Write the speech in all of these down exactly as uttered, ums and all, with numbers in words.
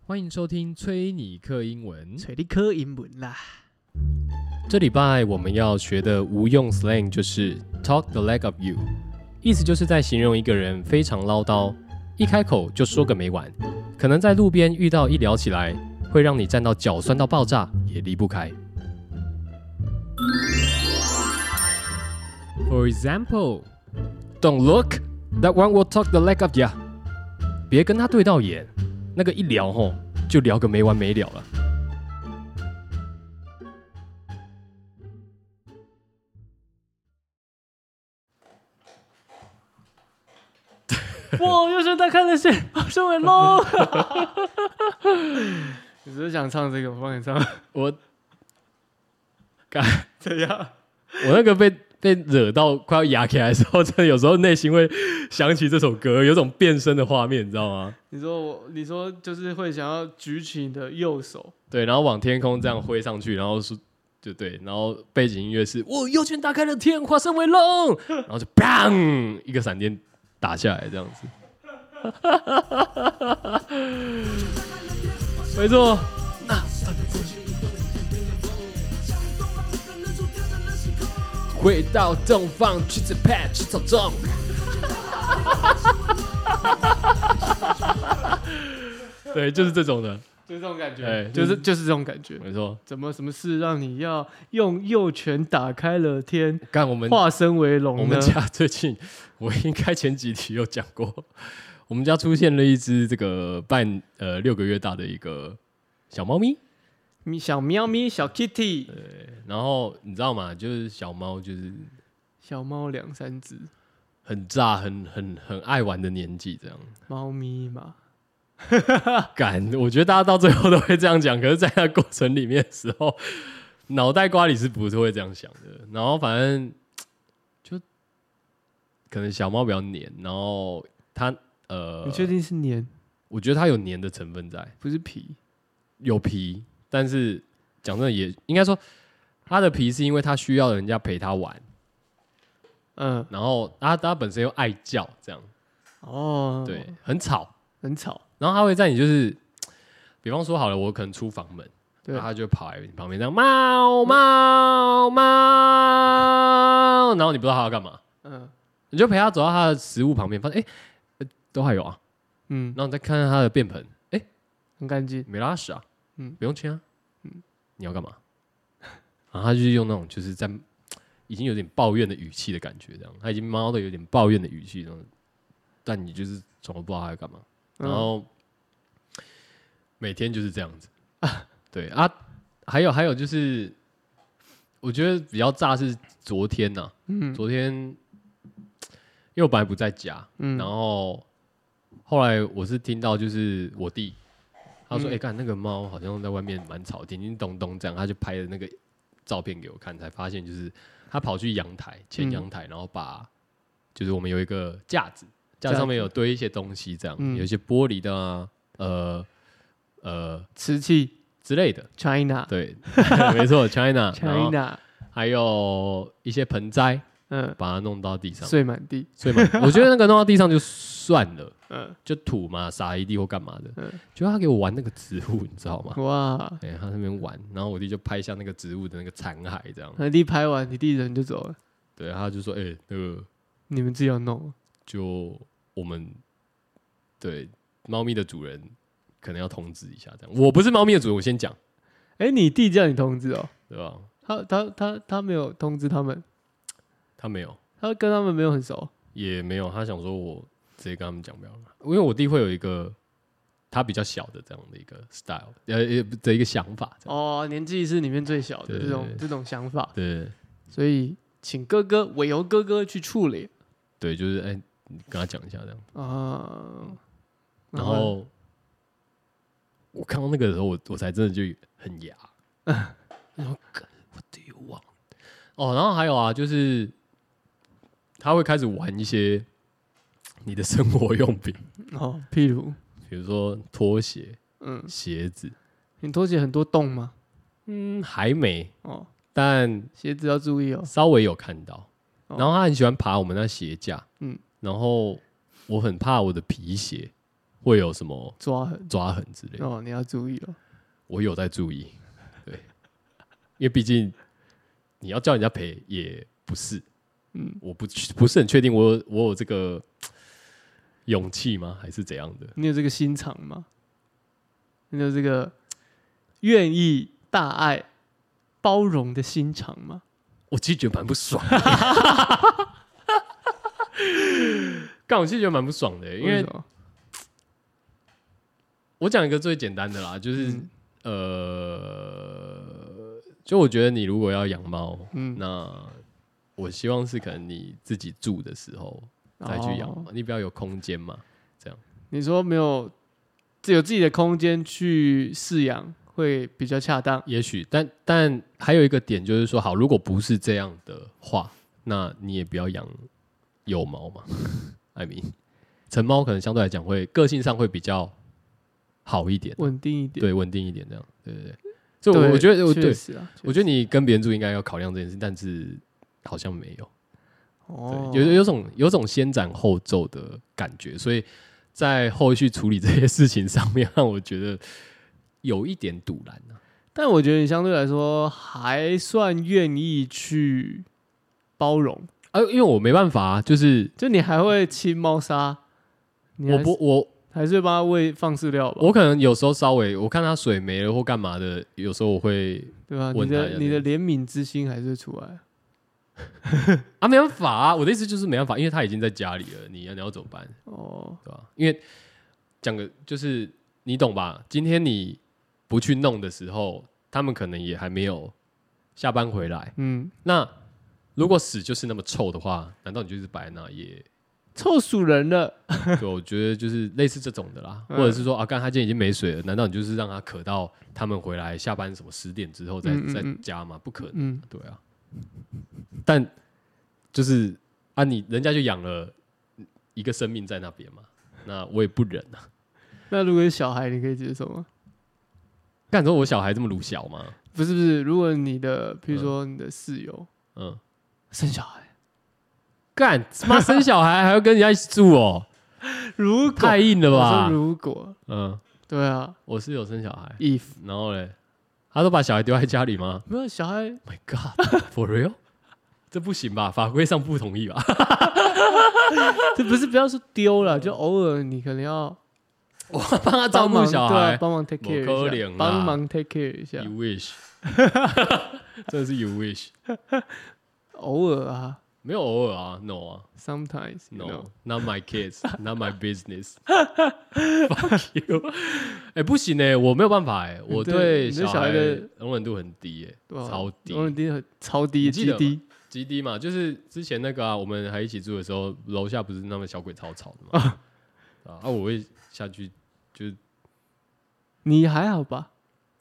欢迎收听崔尼克英文。 找你考英文啦。 这礼拜我们要学的无用 slang 就是 talk the leg of you， 意思就是在形容一个人非常唠叨，一开口就说个没完，可能在路边遇到一聊起来，会让你站到脚酸到爆炸也离不开。For example, don't look, that one will talk the leg of ya。 别跟他对到眼，那个一聊吼就聊个没完没了了。 哇！又是打开了线，收尾喽。你是不是想唱这个？我帮你唱。 我，干怎样？ 我那个被被惹到快要哑起来的时候，真的有时候内心会想起这首歌，有种变身的画面，你知道吗？ 你说我，你说就是会想要举起你的右手， 对，然后往天空这样挥上去，然后是，就对，然后背景音乐是我右拳打开了天，化身为龙，然后就砰一个闪电打下来，这样子。没错。回到东方，去自拍，去草中。对，就是这种的， 就是这种感觉， 哎就是就是这种感觉。 没错。 怎么什么事让你要用右拳打开了天， 干我们化身为龙呢？ 我们家最近，我应该前几题有讲过，我们家出现了一只这个半呃六个月大的一个小猫咪。 小喵咪，小 Kitty， 对，然后你知道吗？就是小猫就是小猫两三只， 很炸、很很很爱玩的年纪，这样。 猫咪嘛。 干，我觉得大家到最后都会这样讲，可是，在那过程里面的时候，脑袋瓜里是不是会这样想的？然后反正就可能小猫比较黏，然后它呃， 你确定是黏？ 我觉得它有黏的成分在， 不是皮， 有皮，但是讲真的也应该说，它的皮是因为它需要人家陪它玩， 嗯， 然后它它本身又爱叫，这样， 哦， 对，很吵， 很吵， 然后它会在你就是，比方说好了，我可能出房门， 对， 然后它就跑来你旁边这样猫猫猫，然后你不知道它要干嘛， 嗯你就陪它走到它的食物旁边，发现哎、欸，都还有啊， 嗯， 然后你再看看它的便盆，哎、欸， 很干净， 没拉屎啊， 嗯， 不用亲啊， 嗯， 你要干嘛？然后他就是用那种就是在已经有点抱怨的语气的感觉，这样，他已经猫的有点抱怨的语气，但你就是从来不知道他在干嘛，然后每天就是这样子，对啊，还有还有就是，我觉得比较炸是昨天呐、啊，嗯，昨天因为我本来不在家，嗯，然后后来我是听到就是我弟。他说：“哎、欸，看那个猫好像在外面蛮吵，叮叮咚咚这样。”他就拍了那个照片给我看，才发现就是他跑去阳台前阳台，然后把就是我们有一个架子，架子上面有堆一些东西，这样、嗯、有一些玻璃的啊，呃呃瓷器之类的 ，China， 对，没错 ，China China， 还有一些盆栽， 嗯， 把它弄到地上， 碎满地， 碎满。我觉得那个弄到地上就算了。 嗯， 就土嘛，撒一地或干嘛的， 嗯， 就他给我玩那个植物，你知道吗？ 哇， 哎、欸，他那边玩，然后我弟就拍下那个植物的那个残骸，这样。 你弟拍完，你弟人就走了。 对，他就说：“哎、欸，那个你们自己要弄， 就我们对猫咪的主人可能要通知一下，这样。我不是猫咪的主人，我先讲。 哎、欸，你弟叫你通知哦， 对吧？ 他他他他没有通知他们， 他没有， 他跟他们没有很熟， 也没有，他想说我。”直接跟他们讲不要了，因为我弟会有一个他比较小的这样的一个 style， 呃的一个想法。 哦，年纪是里面最小的这种这种想法。 对， 所以请哥哥委由哥哥去处理。 对，就是哎、欸，你跟他讲一下这样。啊。然后我看到那个的时候，我我才真的就很哑。然后 What do you want？ 哦，然后还有啊，就是他会开始玩一些。你的生活用品哦，譬如比如说拖鞋， 嗯， 鞋子， 你拖鞋很多洞吗？ 嗯，还没哦， 但鞋子要注意哦， 稍微有看到。 哦、 然后他很喜欢爬我们那鞋架， 嗯， 然后我很怕我的皮鞋会有什么抓痕抓痕之类的。 哦，你要注意哦。 我有在注意，对，因为毕竟你要叫人家赔也不是，嗯，我不不是很确定我有我有这个勇气吗？还是怎样的？ 你有这个心肠吗？你有这个愿意大爱包容的心肠吗？ 我其实觉得蛮不爽的，干我其实觉得蛮不爽的，因为我讲一个最简单的啦，就是、嗯、呃，就我觉得你如果要养猫，嗯，那我希望是可能你自己住的时候再去养嘛，哦、你比较有空间嘛，这样。 你说没有有自己的空间去饲养会比较恰当， 也许，但但还有一个点就是说，好，如果不是这样的话，那你也不要养幼猫嘛。I mean， 成猫可能相对来讲会个性上会比较好一点， 稳定一点， 对，稳定一点这样，对对对。所以我，我觉得，我对， 啊、 我觉得你跟别人住应该要考量这件事，但是好像没有。哦，有有种有种先斩后奏的感觉，所以在后续处理这些事情上面，让我觉得有一点堵拦啊。 但我觉得你相对来说还算愿意去包容啊，因为我没办法啊，就是就你还会清猫砂， 我不我还是会帮它喂放饲料吧。 我可能有时候稍微我看它水没了或干嘛的，有时候我会对吧、啊？你的你的怜悯之心还是会出来。 啊，没办法啊！我的意思就是没办法，因为他已经在家里了，你你要怎么办？哦，对吧？因为讲个就是你懂吧？今天你不去弄的时候，他们可能也还没有下班回来。嗯，那如果屎就是那么臭的话，难道你就是摆在那也臭死人了？ 对，我觉得就是类似这种的啦，嗯、或者是说啊，干他今天已经没水了，难道你就是让他渴到他们回来下班什么十点之后再、嗯嗯、再加吗？不可能，嗯、对啊。但就是啊你，你人家就养了一个生命在那边嘛，那我也不忍啊。 那如果是小孩，你可以接受吗？ 干说我小孩这么鲁小吗？ 不是不是，如果你的，比如说你的室友，嗯，生小孩， 干他妈生小孩还要跟人家一起住哦？ 如果太硬了吧？ 如果，嗯，对啊， 我室友生小孩 ，if， 然后嘞。他都把小孩丢在家里吗？ 没有小孩 ，My God，for real？ 这不行吧？法规上不同意吧？ 这不是不要说丢了，就偶尔你可能要我帮他照顾小孩， 帮忙 take care 一下，帮忙 take care 一下。 You wish， 真的是 you wish。 偶尔啊， 没有偶尔啊 ，no 啊 ，sometimes no，not my kids，not my business。Fuck you！ 哎、欸，不行哎、欸，我没有办法哎、欸，我对小孩的容忍度很低哎、欸，超低， 容忍度很超低，极低， 极低嘛。就是之前那个啊，我们还一起住的时候，楼下不是那么小鬼超吵的嘛，啊，啊，我会下去，就是你还好吧？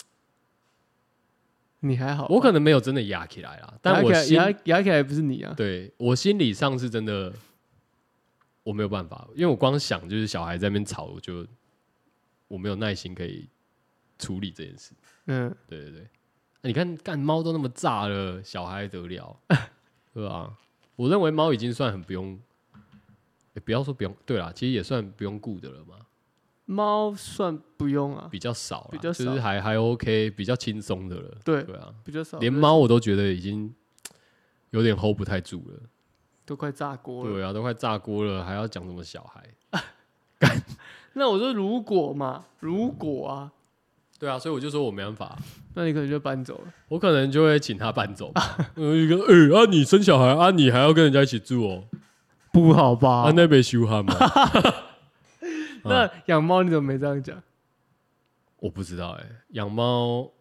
你还好， 我可能没有真的压起来啦，但我心压压起来不是你啊， 对我心理上是真的，我没有办法，因为我光想就是小孩在那边吵，我就我没有耐心可以处理这件事。嗯，对对对，啊、你看干猫都那么炸了，小孩得了，对吧？我认为猫已经算很不用，欸、不要说不用，对啦，其实也算不用顾的了嘛。 猫算不用啊， 比较少啦， 比较少， 就是还还 OK， 比较轻松的了。 对对啊， 比较少。 连猫我都觉得已经有点 hold 不太住了， 都快炸锅了。 对啊，都快炸锅了，还要讲什么小孩？ 那我说如果嘛，如果啊， 对啊，所以我就说我没办法， 那你可能就搬走了。 我可能就会请他搬走。呃，一个哎、欸、啊，你生小孩啊，你还要跟人家一起住哦， 不好吧？ 啊，那边修哈嘛。 那养猫你怎么没这样讲？ 我不知道哎、欸，养猫，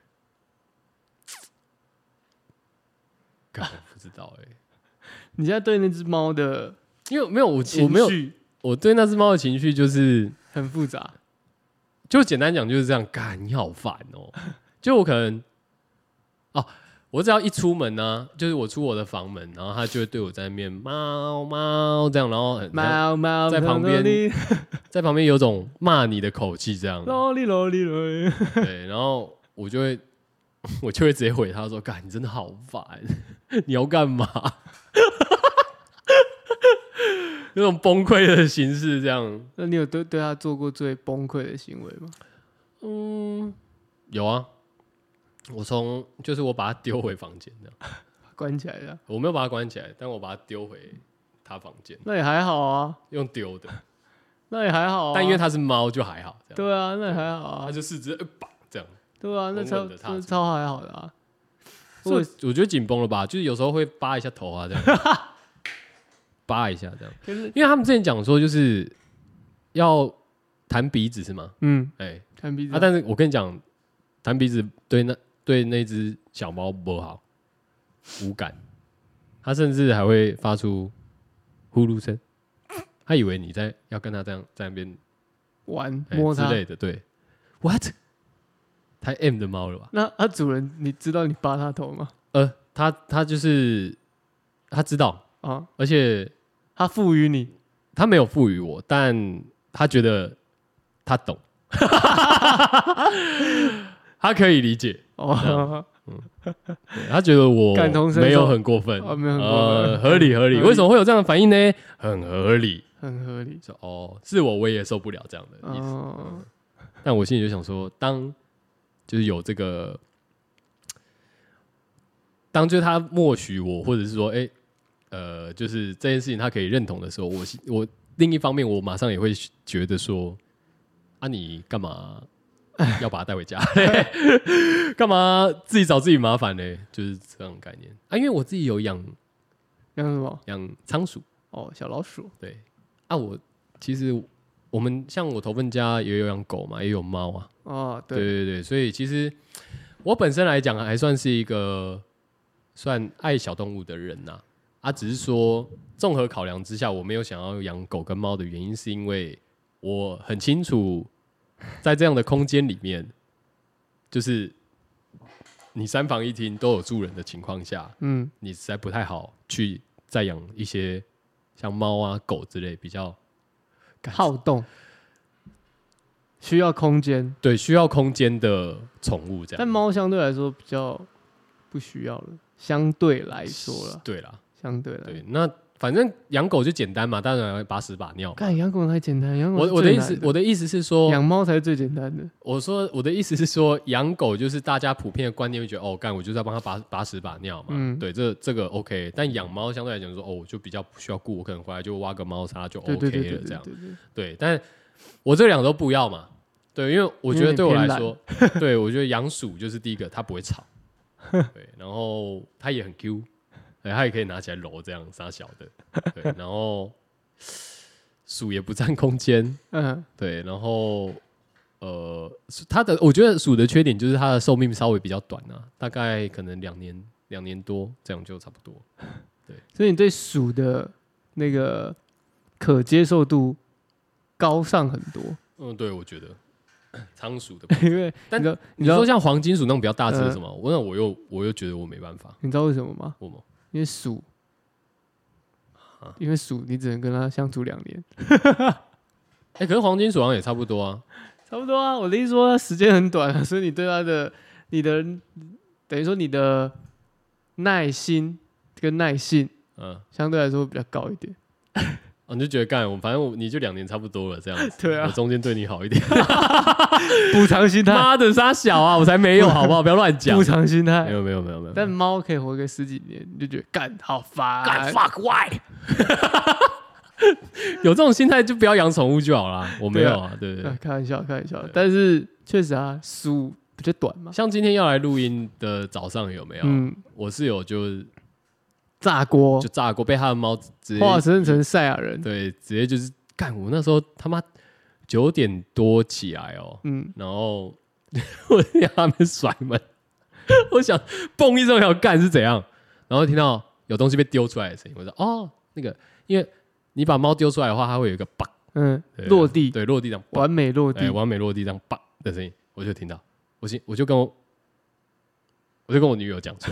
干我不知道哎、欸。 你现在对那只猫的， 因为没有我我没有我对那只猫的情绪就是很复杂， 就简单讲就是这样。干你好烦哦、喔，就我可能哦。我只要一出门呢、啊，就是我出我的房门，然后他就会对我在那边猫猫这样，然后猫猫在旁边，在旁边有种骂你的口气这样。 啰哩啰哩啰哩。 对，然后我就会，我就会直接回他说：“干，你真的好烦，你要干嘛？” 有种崩溃的形式这样。 那你有对对他做过最崩溃的行为吗？ 嗯，有啊。我从就是我把它丢回房间的， 关起来的， 我没有把它关起来，但我把它丢回他房间。 那也还好啊， 用丢的， 那也还好啊。 但因为它是猫就还好，这样对啊，那也还好啊。 它就四肢呃吧这样。 对啊，那超稳稳地踏出那超还好的啊。 我我觉得紧绷了吧，就是有时候会扒一下头啊，这样扒一下这样。因为他们之前讲说就是要弹鼻子是吗？ 嗯， 哎、欸， 弹鼻子啊，但是我跟你讲，弹鼻子对那对那只小猫不好，无感，它甚至还会发出呼噜声，它以为你在要跟它这样在那边玩欸摸它之类的，对 ，what？ 太 M 的猫了吧？ 那它主人，你知道你扒它头吗？ 呃，它它就是它知道啊， 而且它赋予你， 它没有赋予我，但它觉得它懂，他可以理解哦， 对他觉得我感同身受没有很过分， 哦没有很过分呃，合理合理。 合理为什么会有这样的反应呢？很合理， 很合理。 说哦，是我我也受不了这样的意思。 哦， 但我心里就想说，当就是有这个，当就是他默许我，或者是说，哎、欸，呃，就是这件事情他可以认同的时候，我我另一方面我马上也会觉得说，啊，你干嘛要把它带回家？干嘛自己找自己麻烦呢？就是这种概念啊。因为我自己有养养什么？ 养仓鼠哦，小老鼠。 对啊，我其实我们像我头份家也有养狗嘛，也有猫啊。 哦，对对对对，所以其实我本身来讲还算是一个算爱小动物的人呐、啊。啊，只是说综合考量之下，我没有想要养狗跟猫的原因，是因为我很清楚，在这样的空间里面，就是你三房一厅都有住人的情况下， 嗯， 你实在不太好去再养一些像猫啊、狗之类比较好动，需要空间， 对需要空间的宠物这样。 但猫相对来说比较不需要了，相对来说了， 对啦， 相对来对，那反正养狗就简单嘛，当然把屎把尿嘛。 看养狗太简单，养狗我我的意思，我的意思是说， 养猫才是最简单的。 我说我的意思是说，养狗就是大家普遍的观念会觉得，哦，干我就是要帮它把把屎把尿嘛， 嗯对，这这个 OK。但养猫相对来讲说，哦，我就比较不需要顾，我可能回来就挖个猫砂就 OK 对对对对了，这样对对对对。但我这两个都不要嘛，对，因为我觉得对我来说，对我觉得养鼠就是第一个，它不会吵，对，然后它也很 Q。对，它也可以拿起来揉，这样傻小的。对，然后鼠也不占空间， 嗯， 对，然后呃，它的我觉得鼠的缺点就是它的寿命稍微比较短啊，大概可能两年两年多这样就差不多。对， 所以你对鼠的那个可接受度高上很多。 嗯，对，我觉得仓鼠的部分， 因为但你知道你知道你说像黄金鼠那种比较大只的嗯什么，我那我又我又觉得我没办法， 你知道为什么吗？ 为什么？ 因为鼠，因为鼠你只能跟它相处两年， 哎、可是黄金鼠好像也差不多啊。 差不多啊。我的意思说它时间很短啊，所以你对它的你的等于说你的耐心跟耐性嗯， 相对来说比较高一点。 哦，你就觉得干我反正我你就两年差不多了这样子， 对啊我中间对你好一点。 补偿心态， 妈的，傻小啊！我才没有，好不好？不要乱讲补。偿心态没。有没有没有没有。 但猫可以活个十几年，你就觉得干好烦， 干 fuck why？有这种心态就不要养宠物就好啦。我没有啊，对不对啊？开玩笑，开玩笑。但是确实啊，鼠比较短嘛。 像今天要来录音的早上有没有？ 嗯， 我室友就炸锅就炸锅，被他的猫直接化身成赛亚人。 对，直接就是干。我那时候他妈九点多起来哦， 嗯， 然后我在他们甩门，我想蹦一声要干是怎样，然后听到有东西被丢出来的声音，我说哦，那个因为你把猫丢出来的话，它会有一个叭， 嗯， 对落地， 对，落地这样完美落地哎，，完美落地这样叭的声音，我就听到，我心我就跟我。我就跟我女友讲说、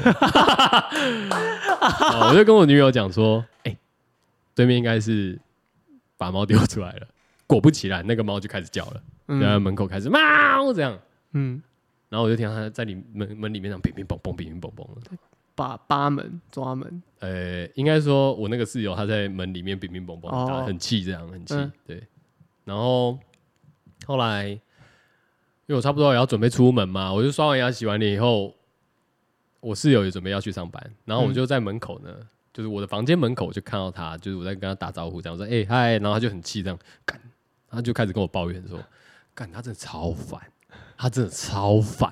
哦，我就跟我女友讲说，哎、欸，对面应该是把猫丢出来了。果不其然，那个猫就开始叫了， 嗯然后门口开始喵这样， 嗯， 然后我就听到它在里门门里面这样乒乒乓乓、乒乒乓乓的。 把扒门抓门。 呃，应该说我那个室友他在门里面乒乒乓乓打， 哦很气这样，很气、 嗯。 对，然后后来因为我差不多也要准备出门嘛，我就刷完牙、洗完脸以后，我室友也准备要去上班，然后我就在门口呢，嗯、就是我的房间门口就看到他，就是我在跟他打招呼，这样我说哎嗨、欸，然后他就很气这样干，他就开始跟我抱怨说，干他真的超烦，他真的超烦，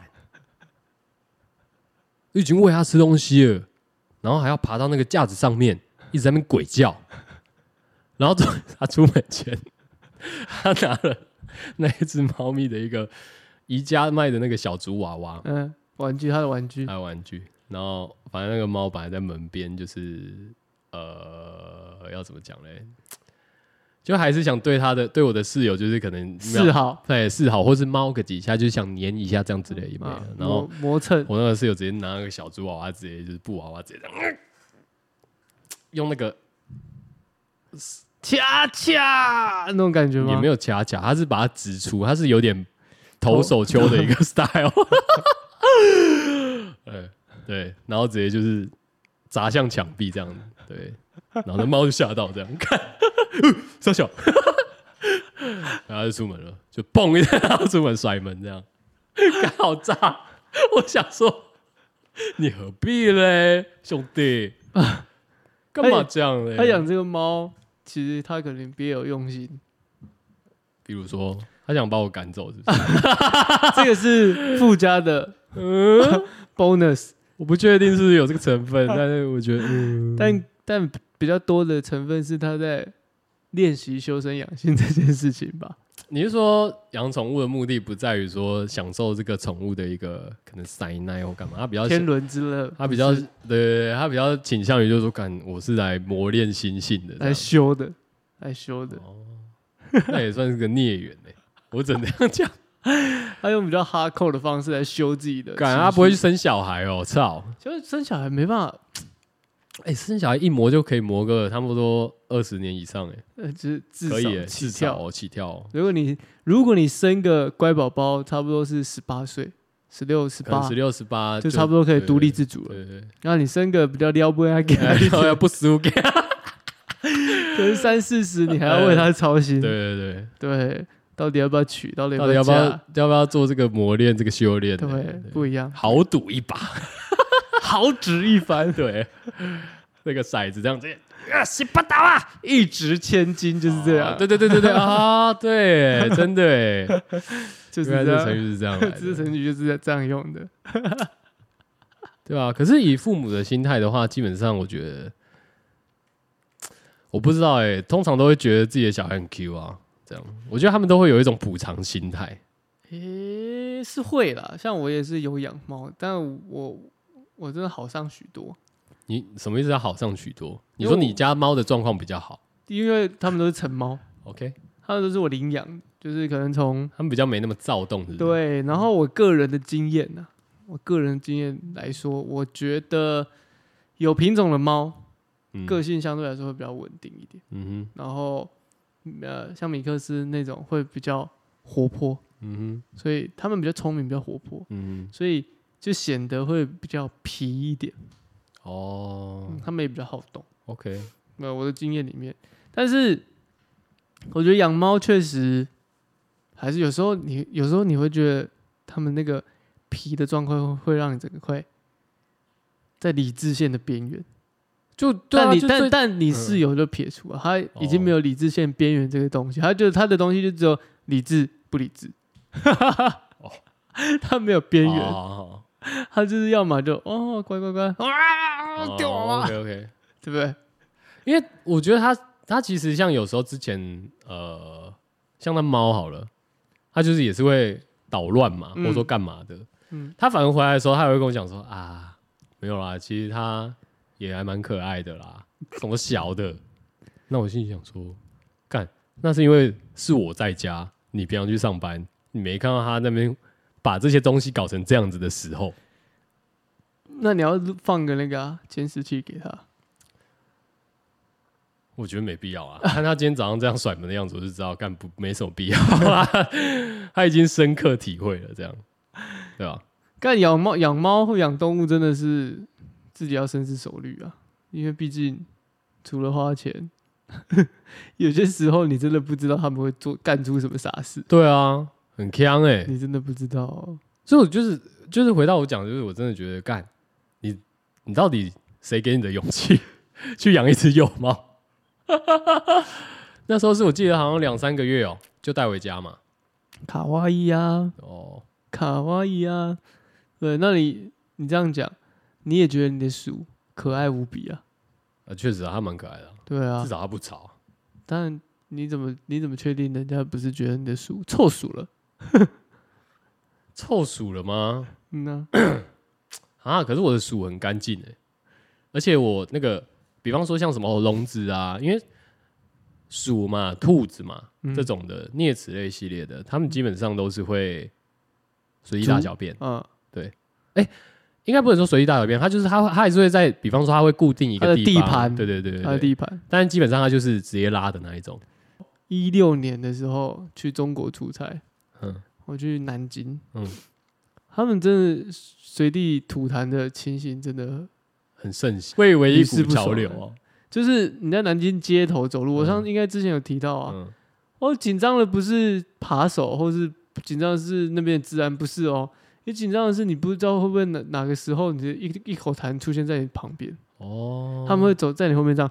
已经喂他吃东西了，然后还要爬到那个架子上面，一直在那边鬼叫，然后他出门前，他拿了那一只猫咪的一个宜家卖的那个小竹娃娃， 嗯，玩具，他的玩具， 还有玩具，然后反正那个猫本来在门边，就是呃，要怎么讲嘞？就还是想对他的对我的室友，就是可能示好， 对示好，或是猫个几下，就是想黏一下这样之类的、嗯啊。然后磨蹭， 我那个室友直接拿那个小猪娃娃，直接就是布娃娃，直接这样、嗯、用那个掐掐那种感觉吗？ 也没有掐掐，他是把它指出，他是有点投手球的一个 style。对对，然后直接就是砸向墙壁这样子，对，然后那猫就吓到这样看。小小，然后就出门了，就蹦一下，然后出门甩门这样，刚好炸。我想说，你何必嘞，兄弟？干嘛这样嘞？ 他养这个猫，其实他可能别有用心。 比如说，他想把我赶走，是不是？ 这个是附加的嗯 bonus， 我不确定是不是有这个成分，但是我觉得，嗯、 但但比较多的成分是他在练习修身养性这件事情吧？ 你是说养宠物的目的不在于说享受这个宠物的一个可能塞奶或干嘛？他比较天伦之乐， 他比较对对对，他比较倾向于就是说，干我是来磨练心性的， 来修的，来修的。 哦，那也算是个孽缘哎、欸，我只能这样讲。 他用比较哈扣的方式来修自己的， 干他不会去生小孩哦，操！ 就是生小孩没办法。 哎、欸，生小孩一磨就可以磨个差不多二十年以上哎、 欸，呃，就是至少起跳哦，起跳、哦。 如果你如果你生个乖宝宝，差不多是十八岁，十六、十八， 十六、十八就差不多可以独立自主了。 对对对， 然后你生个比较撩不给他， 要不输给他， 可是三四十你还要为他操心。 对对对对，到底要不要娶？到底到底要不要要不要做这个磨练，这个修炼？ 对，对不一样， 豪赌一把， 豪掷一番。 对。那个骰子这样子，啊，十八刀啊， 一掷千金就是这样。 哦、对对对对对啊，对，真的哎， 就是这个成语是这样来的， 这个成语就是这样用的， 对吧、啊？可是以父母的心态的话，基本上我觉得，我不知道哎、欸，通常都会觉得自己的小孩很 Q 啊，这样，我觉得他们都会有一种补偿心态。 诶、欸，是会啦，像我也是有养猫，但我我真的好上许多。 你什么意思？要好上许多？你说你家猫的状况比较好， 因为他们都是成猫 ，OK， 他们都是我领养，就是可能从他们比较没那么躁动是不是， 对。然后我个人的经验呢、啊，我个人经验来说，我觉得有品种的猫，嗯、个性相对来说会比较稳定一点。嗯哼，然后呃，像米克斯那种会比较活泼，嗯哼，所以他们比较聪明，比较活泼，嗯哼，所以就显得会比较皮一点。哦、嗯，他们也比较好动。 OK， 没有我的经验里面，但是我觉得养猫确实还是有时候你有时候你会觉得他们那个皮的状况会让你整个快在理智线的边缘。 就对、啊、 但你就但但你室友就撇除了，嗯、他已经没有理智线边缘这个东西，他就他的东西就只有理智不理智，哦、他没有边缘。哦他就是要么就哦乖乖乖，哇丢啊 ，OK OK， 对不对？ 因为我觉得他他其实像有时候之前呃，像那猫好了，他就是也是会捣乱嘛，嗯、或者说干嘛的。嗯，他反而回来的时候，他也会跟我讲说啊，没有啦，其实他也还蛮可爱的啦，什么小的。那我心里想说，干，那是因为是我在家，你平常去上班，你没看到他那边。把这些东西搞成这样子的时候， 那你要放个那个监视器给他， 我觉得没必要啊。看他今天早上这样甩门的样子，我就知道干不没什么必要啦。他已经深刻体会了，这样对吧？ 干养猫养猫或养动物真的是自己要深思熟虑啊，因为毕竟除了花钱，有些时候你真的不知道他们会做干出什么傻事。 对啊，很强哎、欸， 你真的不知道、哦。 所以我就是就是回到我讲，就是我真的觉得干你你到底谁给你的勇气去养一只幼猫？那时候是我记得好像两三个月哦、喔，就带回家嘛。 卡哇伊啊， 哦， 卡哇伊啊，对，那你你这样讲，你也觉得你的鼠可爱无比啊？ 呃，确实啊，它蛮可爱的、啊， 对啊， 至少它不吵。 但你怎么你怎么确定人家不是觉得你的鼠臭鼠了？ 臭鼠了吗？ 嗯呢、 啊，可是我的鼠很干净哎，而且我那个，比方说像什么笼子啊，因为鼠嘛、兔子嘛、嗯、这种的啮齿类系列的，它们基本上都是会随地大小便。嗯，对，哎、欸，应该不能说随地大小便，它就是它它还是会在，比方说它会固定一个地地盘， 对对对对， 它的地盘， 但是基本上它就是直接拉的那一种。 一六年的时候去中国出差， 嗯， 我去南京， 嗯， 他们真的随地吐痰的情形真的很盛行，蔚为一股潮流哦。 就是你在南京街头走路，嗯、我上应该之前有提到啊，嗯、我紧张的不是扒手，或是紧张的是那边的治安，不是哦，你紧张的是你不知道会不会哪哪个时候你的一一口痰出现在你旁边哦，他们会走在你后面这样。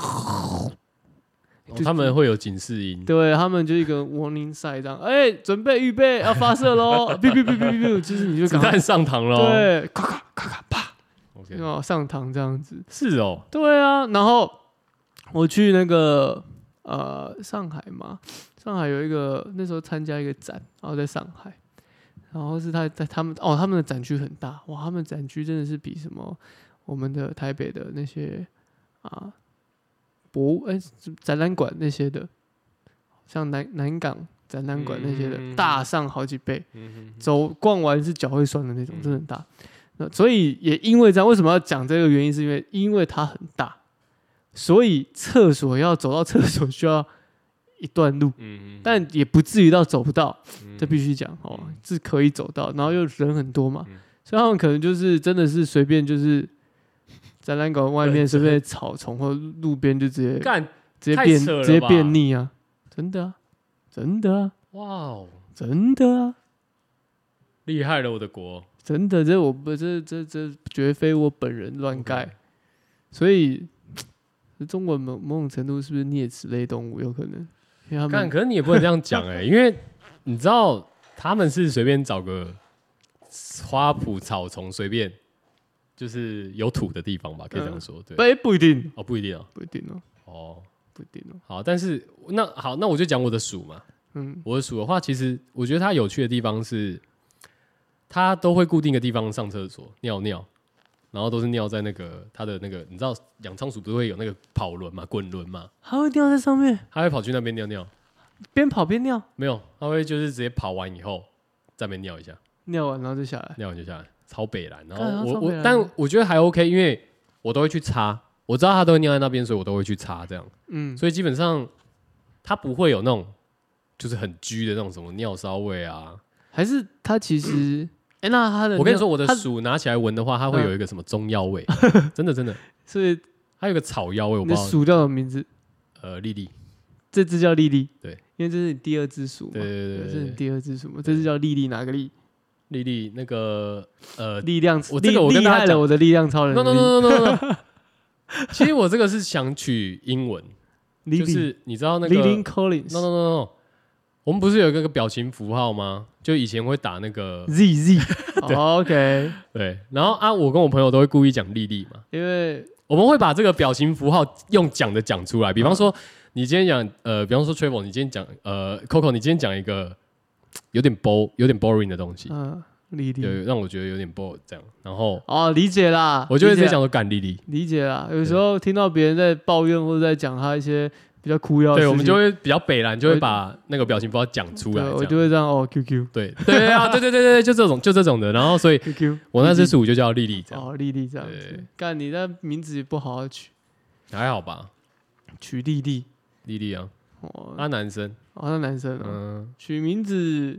哦、他们会有警示音， 对他们就一个 warning sign 这样，哎、欸，准备预备要发射喽，哔哔哔哔哔，就是你就子弹上膛喽， 对，咔咔咔咔啪 ，OK， 哦，上膛这样子， 是哦， 对啊，然后我去那个呃上海嘛，上海有一个那时候参加一个展，然后在上海，然后是他在他们哦他们的展区很大，哇，他们展区真的是比什么我们的台北的那些啊。博物哎、欸，展览馆那些的，像南南港展览馆那些的，嗯、大上好几倍，嗯、走逛完是脚会酸的那种，嗯、真的很大。那所以也因为这样，为什么要讲这个原因？是因为因为它很大，所以厕所要走到厕所需要一段路，嗯、但也不至于到走不到，嗯、这必须讲哦，是可以走到，然后又人很多嘛，嗯、所以他们可能就是真的是随便就是。展览馆外面随便草丛或路边就直接干，直接变直接便溺啊！真的啊，真的啊！哇哦，真的啊！ 厉害了我的国！ 真的，这我不这这这绝非我本人乱盖， okay. 所以中国某某种程度是不是啮齿类动物有可能？因为他们干，可是你也不能这样讲哎、欸，因为你知道他们是随便找个花圃草丛随便。就是有土的地方吧，可以这样说，对。 不不一定哦，不一定哦， 不一定哦， 哦， 不一定哦。 好，但是那好，那我就讲我的鼠嘛。嗯，我的鼠的话，其实我觉得它有趣的地方是，它都会固定的地方上厕所尿尿，然后都是尿在那个它的那个，你知道养仓鼠不是会有那个跑轮嘛，滚轮嘛， 它会尿在上面， 它会跑去那边尿尿， 边跑边尿？ 没有，它会就是直接跑完以后在那边尿一下， 尿完然后就下来， 尿完就下来。超北蓝，然后我我，但我觉得还 OK， 因为我都会去擦，我知道它都会尿在那边，所以我都会去擦这样。嗯，所以基本上它不会有那种就是很居的那种什么尿骚味啊。 还是它其实，哎、欸，那它的， 我跟你说，我的鼠拿起来闻的话，它会有一个什么中药味，嗯、真的真的， 所以它有个草药味，我不知道。 你的鼠叫什么名字？ 呃，莉莉， 这只叫莉莉， 对， 因为这是你第二只鼠嘛， 对对 对, 对, 对， 这是你第二只鼠嘛，这只叫莉莉，哪个莉？ 莉莉那个呃力量， 我这个我跟大家讲了我的力量超人 ，no no no no no no， 其实我这个是想取英文，就是你知道那个 Lily Collins，no no no no， 我们不是有一个表情符号吗？就以前会打那个 Z Z，OK， 对，然后啊，我跟我朋友都会故意讲莉莉嘛， 因为我们会把这个表情符号用讲的讲出来，比方说你今天讲呃，比方说 Travel， 你今天讲呃 Coco， 你今天讲一个。有点 bo 有点 boring 的东西，嗯， 莉莉， 对，让我觉得有点 bo 这样，然后哦，理解啦， 我就会直接讲说干莉莉， 理解啦。有时候听到别人在抱怨或者在讲他一些比较哭腰的事情， 对，我们就会比较北蓝，就会把那个表情包讲出来， 我就会这样哦 ，Q Q， 对对啊，对对对对，就这种就这种的，然后所以 Q Q， 我那只鼠就叫莉莉这样， 哦，莉莉这样子，干你那名字也不好好取， 还好吧， 取莉莉， 莉莉啊，哦，他男生， 哦，他男生，嗯，取名字。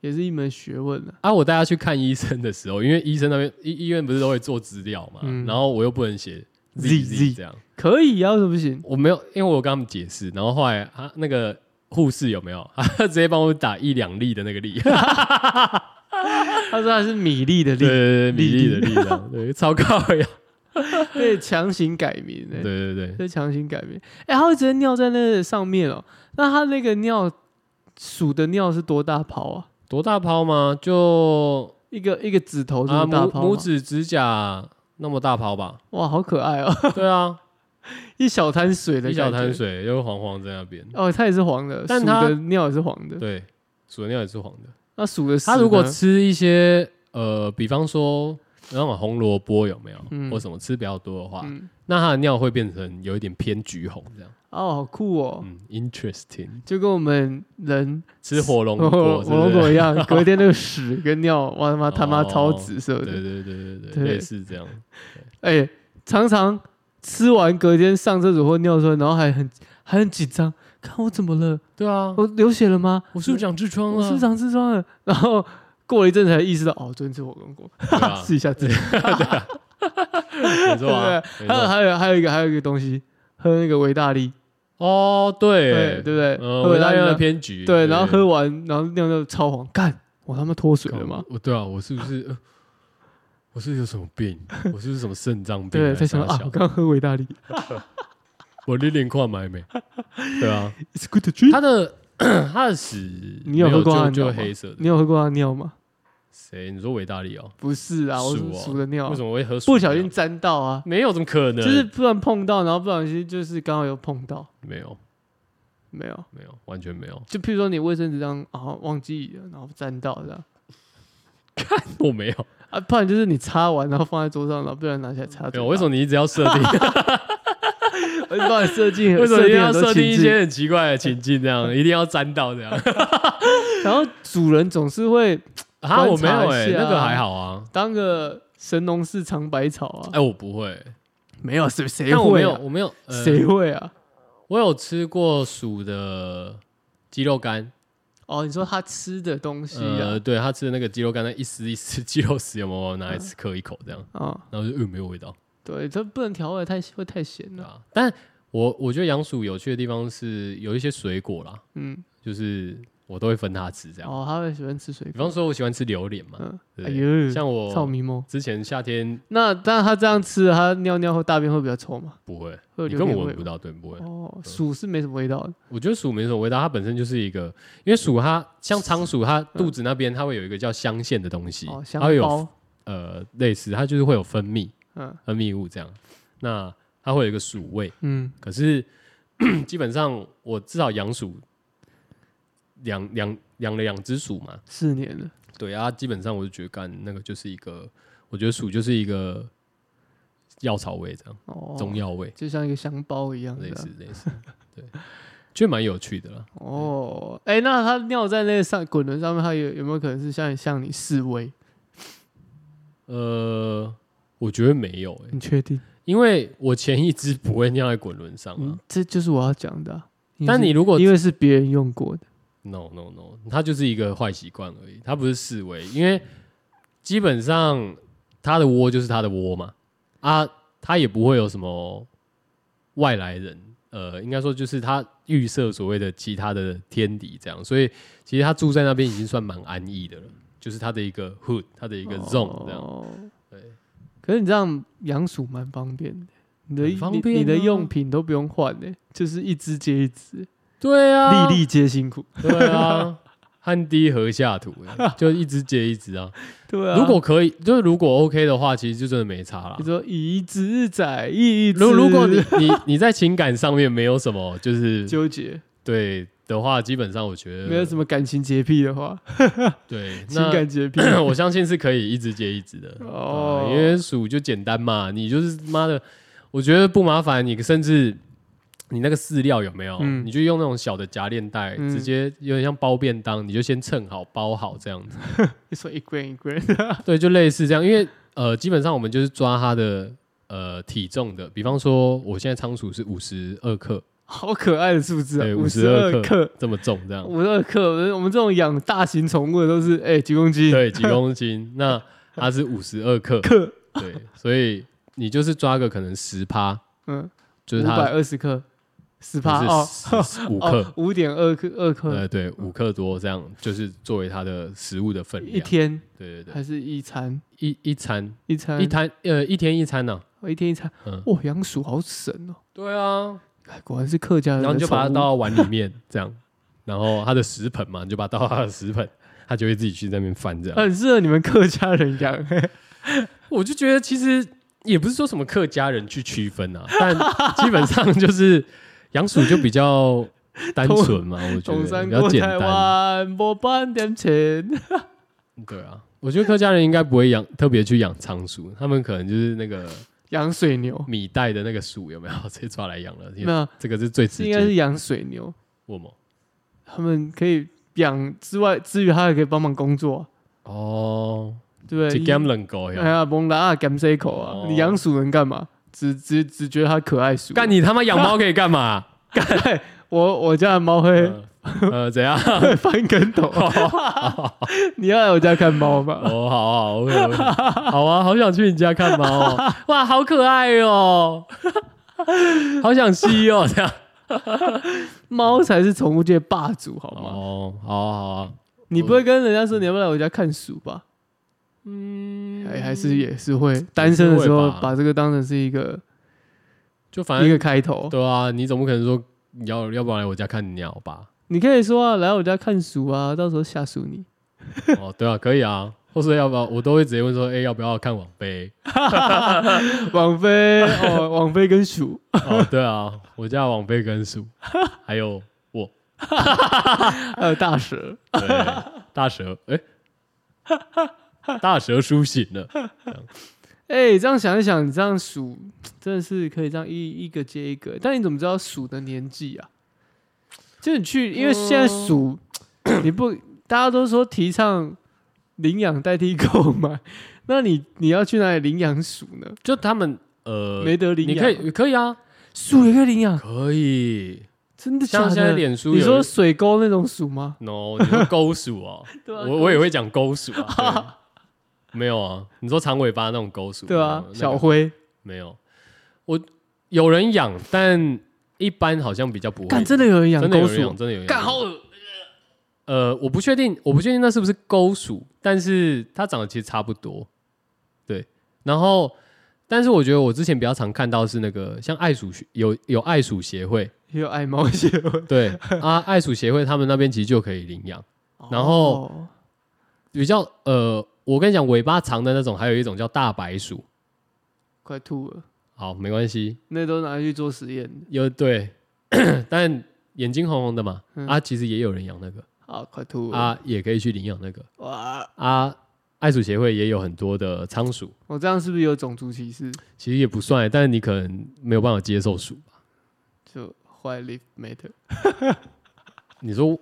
也是一门学问啊。 啊，我带他去看医生的时候，因为医生那边医医院不是都会做资料嘛，嗯、然后我又不能写 Z Z 这样， 可以啊，为什么不行？ 我没有，因为我有跟他们解释，然后后来他那个护士有没有，他直接帮我打一两粒的那个粒。 他说他是米粒的粒， 对对对，米粒的粒，对，超高呀。 对，强行改名、欸， 对对对， 对，强行改名。哎、欸，他会直接尿在那上面哦、喔。那他那个尿，鼠的尿是多大泡啊？ 多大泡吗？就一个一个指头这么大泡、啊， 拇指指甲那么大泡吧？ 哇，好可爱哦、喔。 对啊， 一小滩水的， 一小滩水又黄黄在那边。 哦，它也是黄的， 但它鼠的尿也是黄的。 对，鼠的尿也是黄的。 那鼠的， 它如果吃一些呃，比方说。那种红萝卜有没有，嗯、或什么吃比较多的话，嗯、那它的尿会变成有一点偏橘红这样。 哦，好酷哦， 嗯 ，interesting， 就跟我们人吃火龙果火龙果一样，隔天那个屎跟尿，哇他妈他妈超紫色的。 对对对对对，类似这样。 哎、欸，常常吃完隔天上厕所或尿出来，然后还很还很紧张，看我怎么了？ 对啊， 我流血了吗？ 我是不是长痔疮了？ 我是不是长痔疮了？然后。过了一阵才意识到，哦，昨天吃火龙果，试、啊、一下自己。对啊， 没错啊。 还有还有还有一个还有一个东西，喝那个维大利。 哦，对， 对对不对？ 呃，维大利的偏橘。 对，然后喝完，然后尿尿超黄，干，我他妈脱水了吗？ 我对啊，我是不是、呃、我是不是有什么病？我是不是什么肾脏病？ 对，在想啊，我刚喝维大利， 我连连快买没？对啊 ，It's good to drink。 他的。他的屎， 你有喝过他的尿吗？ 就黑色的。 你有喝过他的尿吗？ 谁？你说维大利哦？ 不是啊，我是鼠的尿。 为什么会喝鼠？ 不小心沾到啊？ 没有，怎么可能？ 就是突然碰到，然后不小心就是刚好有碰到。 没有， 没有， 没有，完全没有。 就譬如说你卫生纸这样啊忘记了，然后沾到这样。 看我没有啊，不然就是你擦完然后放在桌上，然后不然拿起来擦。 没有，为什么你一直要设定？ 我就帮你设计， 为什么一定要设定一些很奇怪的情境？这样一定要沾到这样。 然后主人总是会啊，我没有哎、欸，那个还好啊， 当个神农氏尝百草啊。 哎、欸，我不会， 没有谁谁会、 啊？ 我没有，我没有， 谁、呃、会啊？ 我有吃过鼠的鸡肉干。 哦，你说他吃的东西啊？ 呃，对他吃的那个鸡肉干，那一丝一丝鸡肉丝有没有拿来吃嗑一口这样？啊、嗯，然后就呃没有味道。 对，这不能调味，太会太咸了。啊、 但我我觉得养鼠有趣的地方是有一些水果啦，嗯，就是我都会分它吃这样。 哦，他会喜欢吃水果。 比方说，我喜欢吃榴莲嘛，嗯、对，哎呦， 像我臭迷蒙之前夏天， 那但他这样吃，他尿尿或大便会比较臭吗？ 不会， 会你根本闻不到，对，不会。 哦，鼠是没什么味道的。 我觉得鼠没什么味道，它本身就是一个，因为鼠它像仓鼠，它肚子那边它会有一个叫香腺的东西， 哦、 它会有呃类似，它就是会有分泌，嗯，分泌物这样。那它会有一个鼠味，嗯，可是基本上我至少养鼠养养养了两只鼠嘛， 四年了， 对啊，基本上我就觉得干那个就是一个，我觉得鼠就是一个药草味这样，哦，中药味， 就像一个香包一样， 类似类似，对，觉得蛮有趣的啦。 哦，哎、欸，那它尿在那个上滚轮上面，它有有没有可能是像像你示威？ 呃，我觉得没有、欸， 你确定？ 因为我前一只不会尿在滚轮上啊、嗯， 这就是我要讲的、啊。 但你如果因为是别人用过的 ，no no no， 它就是一个坏习惯而已，它不是视为，因为基本上它的窝就是它的窝嘛，啊，它也不会有什么外来人，呃，应该说就是它预设所谓的其他的天敌这样，所以其实它住在那边已经算蛮安逸的了，就是它的一个 hood， 它的一个 zone 这样，哦、对。 可是你这样养鼠蛮方便的，你的方便、啊、 你, 你的用品都不用换的，就是一只接一只。 对啊， 粒粒皆辛苦。 对啊，汗滴禾下土，就一只接一只啊。 对啊， 如果可以，就是如果 OK 的话，其实就真的没差啦。 你说一只宰一只， 如如果你你你在情感上面没有什么就是纠结， 对的话，基本上我觉得没有什么感情洁癖的话， 对情感洁癖， 我相信是可以一直接一直的哦、呃，因为鼠就简单嘛，你就是妈的，我觉得不麻烦你，甚至你那个饲料有没有，嗯、你就用那种小的夹链袋，嗯、直接有点像包便当，你就先称好包好这样子。 你说一 gram 一 gram， 对，就类似这样，因为呃，基本上我们就是抓它的呃体重的，比方说我现在仓鼠是五十二克。 好可爱的数字啊， 五十二克这么重，这样五十二克。我们这种养大型宠物的都是哎、欸、几公斤， 对，几公斤。那它是五十二克， 克， 对，所以你就是抓个可能十趴，嗯，就是它五百二十克。十趴哦， 五克， 五点二克，二克， 呃，对，五克多这样，就是作为它的食物的分量。 一天， 对对对， 还是一餐？ 一一餐， 一餐， 一餐，呃，一天一餐呢、 啊？一天一餐，嗯、哇，养鼠好省哦。 对啊， 果然是客家人的。 然后你就把它倒到碗里面，这样，然后它的食盆嘛，你就把它倒到它的食盆，它就会自己去那边翻，这样。 很适合你们客家人养。 我就觉得其实也不是说什么客家人去区分啊，但基本上就是。养鼠就比较单纯嘛，我觉得比较简单。 没半点钱。 对啊，我觉得客家人应该不会养，特别去养仓鼠，他们可能就是那个养水牛、 米袋的那个鼠有没有直接抓来养了？ 没有， 这个是最直接。 应该是养水牛。 为什么？ 他们可以养之外，之余他还可以帮忙工作。 哦， 对不对？ 一兼两狗呀。 哎呀，蒙拉啊，兼这口啊！你养鼠能干嘛？只只只觉得它可爱鼠， 干你他妈养猫可以干嘛？ 干我我家的猫会呃呃怎样？ 会翻跟头。你要来我家看猫吗？ 哦，好好 ，OK OK， 好啊，好想去你家看猫哦！哇，好可爱哦，好想吸哦，这样。 猫才是宠物界霸主，好吗？ 哦，好啊好啊， 你不会跟人家说你要不要来我家看鼠吧？嗯，还还是也是会单身的时候把这个当成是一个， 就反正一个开头。 对啊，你总不可能说你要要不要来我家看鸟吧？ 你可以说啊，来我家看鼠啊，到时候吓鼠你。 哦，对啊，可以啊，或是要不要，我都会直接问说，哎、欸，要不要看网飞？ 网飞哦，网飞跟鼠。 哦，对啊，我家网飞跟鼠，还有我， 还有大蛇， 对，大蛇，哎、欸。大蛇苏醒了， 哎、欸，这样想一想，你这样数真的是可以这样一一个接一个。但你怎么知道数的年纪啊？就你去，因为现在数、嗯、你不，大家都说提倡领养代替购买，那你你要去哪里领养鼠呢？ 就他们呃没得领养， 你可以可以啊， 鼠也可以领养， 可以。 真的假的？ 像现在脸书， 你说水沟那种鼠吗 ？No， 你说沟鼠哦、啊，我我也会讲沟鼠啊。没有啊，你说长尾巴那种狗鼠， 对啊，那個、小灰没有，我有人养，但一般好像比较不会。 干，真的有人养狗鼠， 真的有人养， 干好恶。 呃，我不确定，我不确定那是不是狗鼠，但是它长得其实差不多。对，然后，但是我觉得我之前比较常看到是那个像爱鼠有有爱鼠协会， 也有爱猫协会， 对啊，爱鼠协会他们那边其实就可以领养，然后、哦、比较呃。我跟你讲，尾巴长的那种，还有一种叫大白鼠， 快吐了。 好，没关系， 那都拿去做实验。 有对，但眼睛红红的嘛，嗯、啊，其实也有人养那个。 好，快吐了啊，也可以去领养那个。哇啊，爱鼠协会也有很多的仓鼠。 我、哦、这样是不是有种族歧视？ 其实也不算，但是你可能没有办法接受鼠吧？ 就 Why life matter？ 你说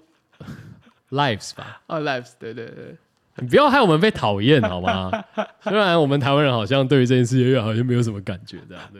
lives 吧？ 啊、oh, ，lives， 对对对。 你不要害我们被讨厌好吗？虽然我们台湾人好像对于这件事情好像没有什么感觉这样，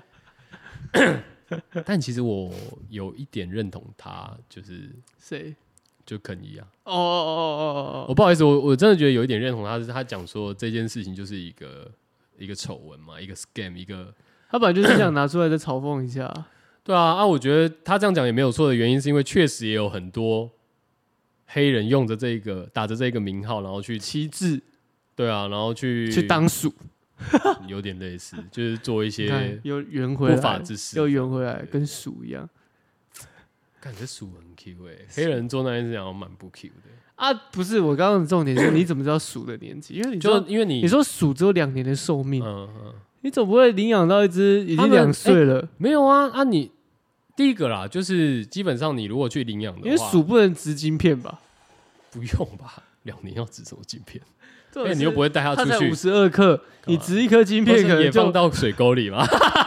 对。但其实我有一点认同他，就是谁？ 就肯伊啊。 哦哦哦哦哦！ 我不好意思，我我真的觉得有一点认同他，是他讲说这件事情就是一个一个丑闻嘛，一个 scam， 一个他本来就是想拿出来再嘲讽一下。 对啊，啊，我觉得他这样讲也没有错的原因，是因为确实也有很多。黑人用着这个打着这个名号，然后去旗帜， 对啊，然后去去当鼠， 有点类似，就是做一些又圆回来不法之事， 又圆回来，跟鼠一样。 感觉鼠很 Q 哎、欸，黑人做那件事情好像蛮不 Q 的啊。不是，我刚刚的重点是，你怎么知道鼠的年纪？因为你就因为你你说鼠只有两年的寿命， 嗯嗯， 你总不会领养到一只已经两岁了、欸？ 没有啊啊你。第一个啦，就是基本上你如果去领养的话， 因为鼠不能植晶片吧？ 不用吧，两年要植什么晶片？因为你又不会带它出去。 它才五十二克，你植一颗晶片可能也放到水沟里嘛。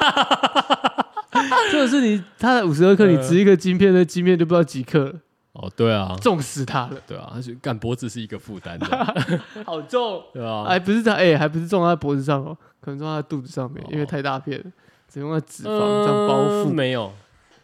这个是你，它才五十二克，你植一颗晶片，那晶片就不知道几克了。 哦，对啊， 重死它了。 对啊，干脖子是一个负担的， 好重， 对啊， 还不是它，哎、欸，还不是重在脖子上哦，可能重在肚子上面，哦、因为太大片了，只用在脂肪这样包覆、 嗯。没有。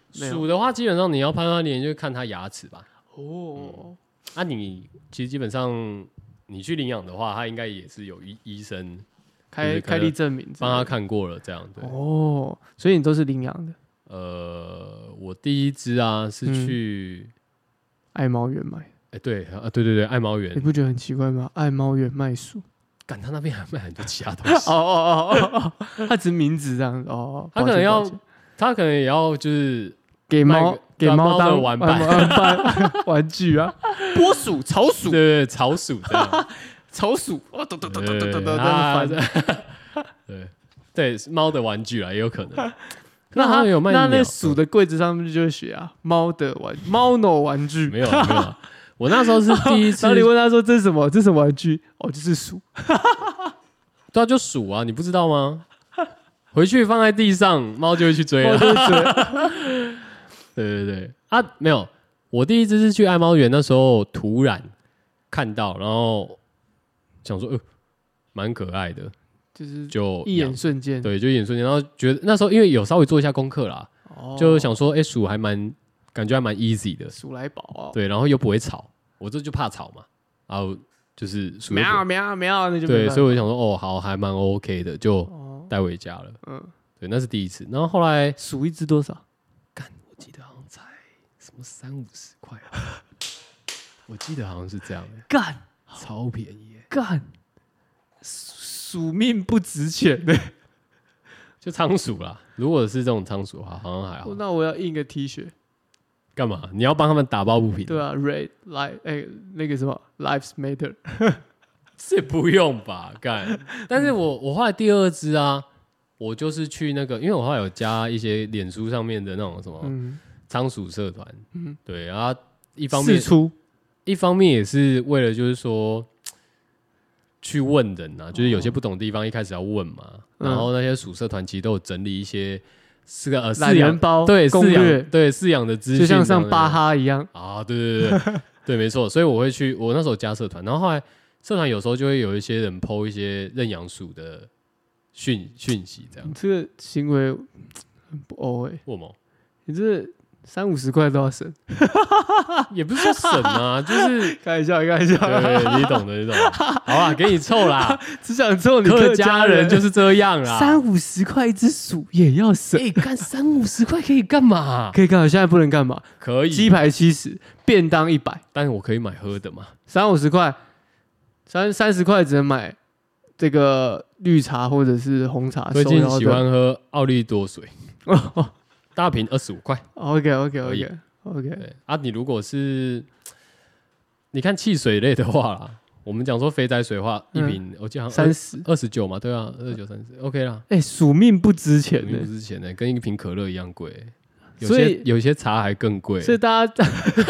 鼠的话，基本上你要判断年龄，就看它牙齿吧。 哦， 嗯、啊你，其实基本上你去领养的话，它应该也是有医医生开开立证明， 帮他看过了这样。对哦，所以你都是领养的。 呃，我第一只啊是去、嗯、 爱猫园买。 哎、欸，对啊，对对对，爱猫园， 你不觉得很奇怪吗？爱猫园卖鼠， 干他那边还卖很多其他东西。 哦哦哦哦，他只是名字这样子哦。 他可能要，他可能也要就是给猫给猫当玩伴玩具啊，波鼠、草鼠， 对对，草鼠这样， 草鼠，哦，咚咚咚咚咚咚咚，翻。 对对，猫的玩具啊，也有可能。 那他有卖那那鼠的柜子上面就会写啊，猫的玩猫 no 玩具， 没有没有。我那时候是第一次， 然后你问他说这是什么？这是什么玩具？哦，就是鼠。 对啊，就鼠啊，你不知道吗？回去放在地上，猫就会去追了。 就追。 对对对啊，没有。我第一次是去爱猫园，那时候突然看到，然后想说，呃，蛮可爱的， 就是就一眼瞬间， 对，就一眼瞬间，然后觉得那时候因为有稍微做一下功课啦， 哦、 就想说，哎、欸，鼠还蛮。感觉还蛮 easy 的， 鼠来宝啊， 对，然后又不会吵，我这就怕吵嘛，然后就是喵喵喵，那就对，所以我就想说，哦，好，还蛮 OK 的，就带回家了，嗯，对，那是第一次，然后后来鼠一只多少？ 干，我记得好像才什么三五十块，我记得好像是这样、欸， 干， 超便宜、欸， 干，鼠命不值钱的、欸， 就仓鼠啦，如果是这种仓鼠的话，好像还好。 那我要印个 T 恤。 干嘛？你要帮他们打抱不平？ 对啊 ，Red Life， 哎、欸，那个什么 Lives Matter， 是不用吧？干，但是我我后来第二支啊，我就是去那个，因为我后来有加一些脸书上面的那种什么仓鼠社团，嗯，对，然后一方面出， 一方面也是为了就是说去问人啊，就是有些不懂的地方一开始要问嘛，嗯、然后那些鼠社团其实都有整理一些。是个呃饲养包对攻略对饲养的资讯， 就像上巴哈一样啊，对对对对对，没错。所以我会去，我那时候加社团，然后后来社团有时候就会有一些人 po 一些认养鼠的讯讯息，这样。 你这个行为很不 O 哎、欸， 为什么？ 你这三五十块都要省， 也不是说省啊，就是开玩笑，开玩笑， 对，你懂的，你懂的。好啦，给你凑啦， 只想凑你客家人就是这样啦。 三五十块一只鼠也要省， 哎，干三五十块可以干嘛？ 可以干嘛？现在不能干嘛？ 可以， 鸡排七十，便当一百， 但是我可以买喝的嘛。 三五十块，三三十块只能买这个绿茶或者是红茶。 最近喜欢喝奥利多水。大瓶二十五块 ，OK OK OK OK。 对啊，你如果是你看汽水类的话啦，我们讲说肥宅水的话，一瓶、嗯、我记得好像三十二十九嘛，对啊，二十九三十 ，OK 啦。 哎、欸，鼠命不值钱、欸， 鼠命不值钱呢、欸，跟一瓶可乐一样贵、欸。有些有些茶还更贵、欸， 所以大家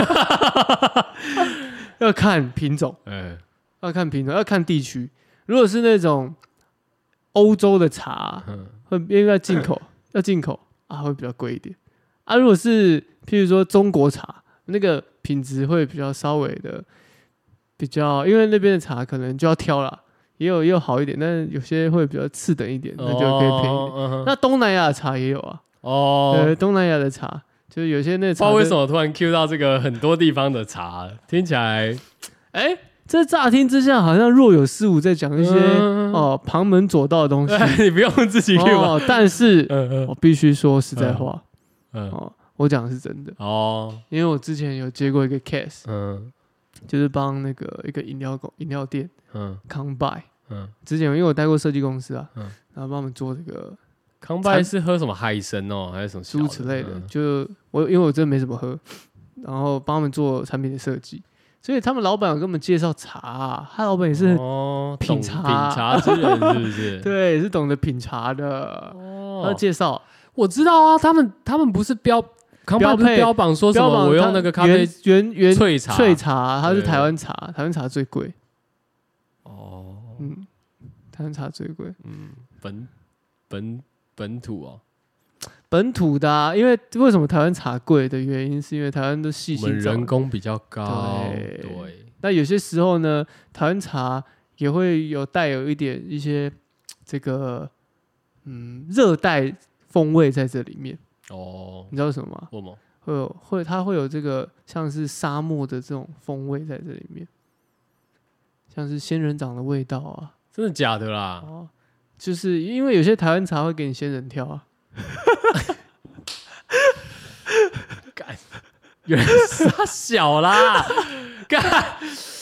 要看品种，哎、 欸， 要看品种，要看地区。如果是那种欧洲的茶，嗯、会因为要进口，要进口。啊，会比较贵一点啊。如果是譬如说中国茶，那个品质会比较稍微的比较，因为那边的茶可能就要挑啦，也有也有好一点，但是有些会比较次等一点，那就可以便宜一点。哦、那东南亚的茶也有啊，哦，对，东南亚的茶就是有些那茶， 不知道为什么突然 cue 到这个很多地方的茶，听起来， 哎、欸。这乍听之下，好像若有似无在讲一些、嗯、哦旁门左道的东西。 你不用自己 cue 哦，但是、嗯、我必须说实在话，嗯、哦，我讲的是真的哦，因为我之前有接过一个 case， 嗯，就是帮那个一个饮料饮料店，嗯，康拜，嗯，之前因为我待过设计公司啊，嗯，然后帮我们做这个康拜是喝什么海参哦，还是什么诸如此類的，嗯、就我因为我真的没怎么喝，然后帮他们做产品的设计。所以他们老板有跟我们介绍茶、啊，他老板也是品茶、 哦、品茶之人，是不是？ 对，也是懂得品茶的。哦，他介绍我知道啊，他们他们不是标标配标榜说什么？我用那个咖啡原原萃茶， 萃茶，它是台湾茶，台湾茶最贵。哦，嗯，台湾茶最贵。 嗯，本本本土哦。 本土的、啊，因为为什么台湾茶贵的原因，是因为台湾的细心， 我们人工比较高。 对， 对那有些时候呢，台湾茶也会有带有一点一些这个嗯热带风味在这里面。 哦， 你知道为什么吗？ 为什么？ 会有会它会有这个像是沙漠的这种风味在这里面，像是仙人掌的味道啊。 真的假的啦？ 哦，就是因为有些台湾茶会给你仙人跳啊。 干，原来是他小啦！干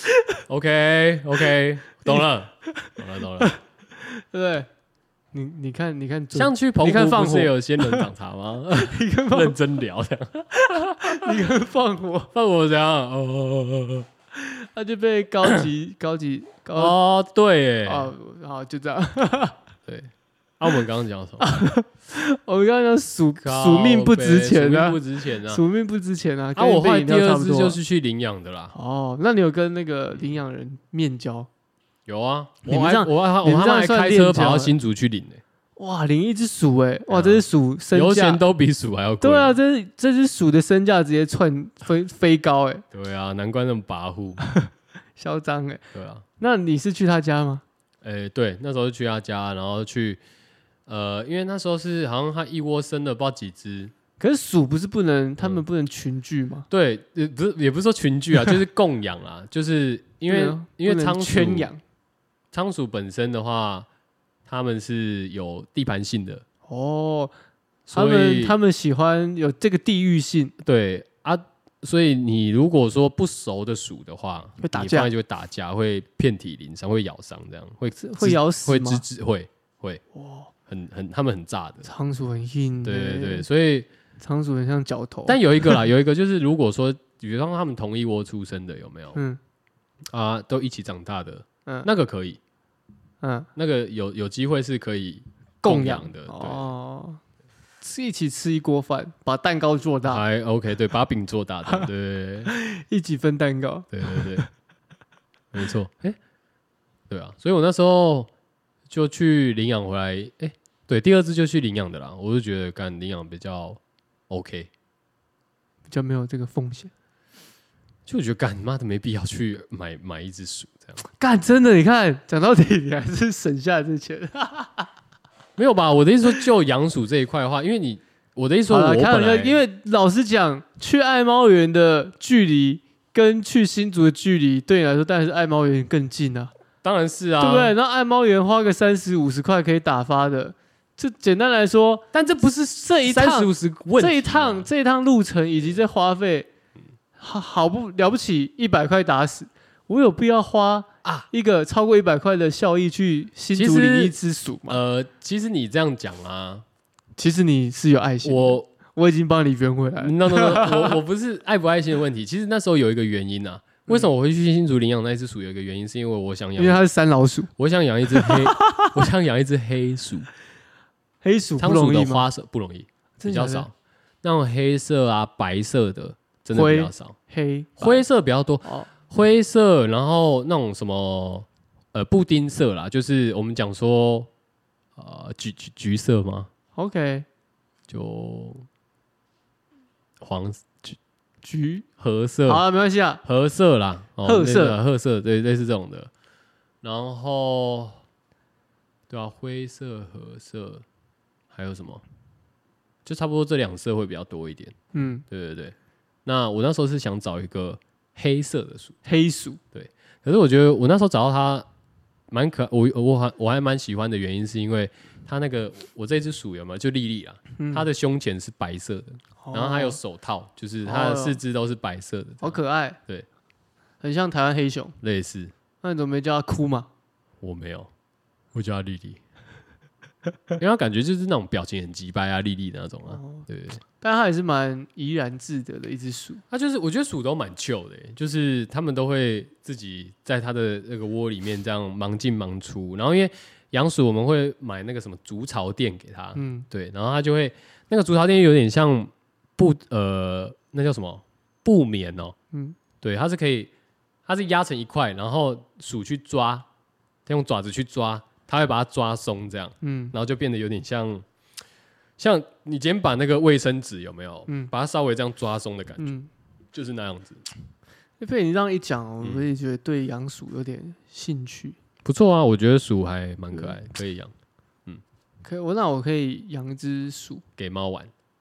，OK OK， 懂了，懂了懂了， 对不对？你你看你看， 像去澎湖不是有仙人掌茶吗？ 你看认真聊这样， 你看放火， 放火这样，哦哦哦哦， 他就被高级高级高哦，对，哎， 哦，好就这样， 对。啊，我们刚刚讲什么？ 我们刚刚讲属属命不值钱啊， 属命不值钱啊， 属命不值钱啊。 啊，我后来第二支就是去领养的啦。 哦，那你有跟那个领养人面交？ 有啊， 你们这样， 我我我他妈还开车跑到新竹去领诶。 哇，领一只鼠哎，哇，这只鼠身价油钱都比鼠还要贵。 对啊，这这只鼠的身价直接窜飞飞高哎。 对啊，难怪那么跋扈， 嚣张哎。 对啊， 那你是去他家吗？ 哎，对，那时候就去他家，然后去。呃，因为那时候是好像他一窝生了不知道几只， 可是鼠不是不能，他们不能群聚吗？ 对，也不是也不是说群聚啊，就是共养啦，就是因为因为仓鼠圈养， 仓鼠本身的话，他们是有地盘性的哦，他们他们喜欢有这个地域性， 对啊，所以你如果说不熟的鼠的话， 会打架， 就会打架，会遍体鳞伤，会咬伤，这样会会咬死吗？会吱吱会会哇。很很，他们很炸的， 仓鼠很硬， 对对对，所以仓鼠很像角头。 但有一个啦，有一个就是，如果说，比如说他们同一窝出生的，有没有？嗯，啊，都一起长大的，嗯，那个可以，嗯，那个有有机会是可以供养的，哦， 吃一起吃一锅饭，把蛋糕做大， 还 OK， 对，把饼做大的，对， 一起分蛋糕， 对对对，没错，哎，对啊，所以我那时候。就去领养回来，哎、欸，对，第二只就去领养的啦。我就觉得干领养比较 OK， 比较没有这个风险。 就我觉得干妈的没必要去买买一只鼠这样。 干真的，你看讲到底你还是省下这钱。 没有吧？我的意思说，就养鼠这一块的话，因为你我的意思说我本来， 因为老实讲，去爱猫园的距离跟去新竹的距离，对你来说当然是爱猫园更近啊。 当然是啊， 对不对？然后爱猫园花个三十五十块可以打发的，这简单来说，但这不是这一趟三十五十问这一趟这一趟路程以及这花费，好好不了不起，一百块打死，我有必要花啊一个超过一百块的效益去新竹领一只鼠吗？ 呃，其实你这样讲啊， 其实你是有爱心， 我我已经帮你圆回来了。 no no no， 我我不是爱不爱心的问题，其实那时候有一个原因啊。为什么我会去新竹领养那只鼠？有一个原因，是因为我想养， 因为它是山老鼠。 我想养一只黑，我想养一只黑鼠。 黑鼠仓鼠的花色不容易，比较少。那种黑色啊、白色的，真的比较少。 黑灰色比较多，哦、灰色，然后那种什么呃布丁色啦，就是我们讲说呃橘橘橘色吗 ？OK， 就黄橘。 橘褐色， 好了，没关系啊， 褐色啦， 褐色， 褐色，对，类似这种的。然后，对啊，灰色、褐色，还有什么？就差不多这两色会比较多一点。嗯，对对对。那我那时候是想找一个黑色的鼠， 黑鼠， 对。可是我觉得我那时候找到它蛮可爱，我我还我还蛮喜欢的原因是因为它那个我这只鼠有没有就莉莉啦，嗯、它的胸前是白色的。然后它有手套，就是它的四肢都是白色的， 好可爱。 对， 很像台湾黑熊， 类似。 那你怎么没叫它哭吗？ 我没有，我叫它莉莉，因为它感觉就是那种表情很鸡掰啊，莉莉的那种啊。哦、对， 但它也是蛮怡然自得的一只鼠。 它就是我觉得鼠都蛮 chill 的，就是他们都会自己在它的那个窝里面这样忙进忙出。然后因为养鼠我们会买那个什么竹巢垫给它，嗯，对，然后它就会那个竹巢垫有点像。布呃，那叫什么布棉哦？嗯，对，它是可以，它是压成一块，然后鼠去抓，它用爪子去抓，它会把它抓松，这样，嗯，然后就变得有点像，像你今天把那个卫生纸有没有，嗯，把它稍微这样抓松的感觉，嗯、就是那样子。 被你这样一讲，我也觉得对养鼠有点兴趣。 不错啊，我觉得鼠还蛮可爱，可以养。 嗯，可以，我那我可以养一只鼠给猫玩。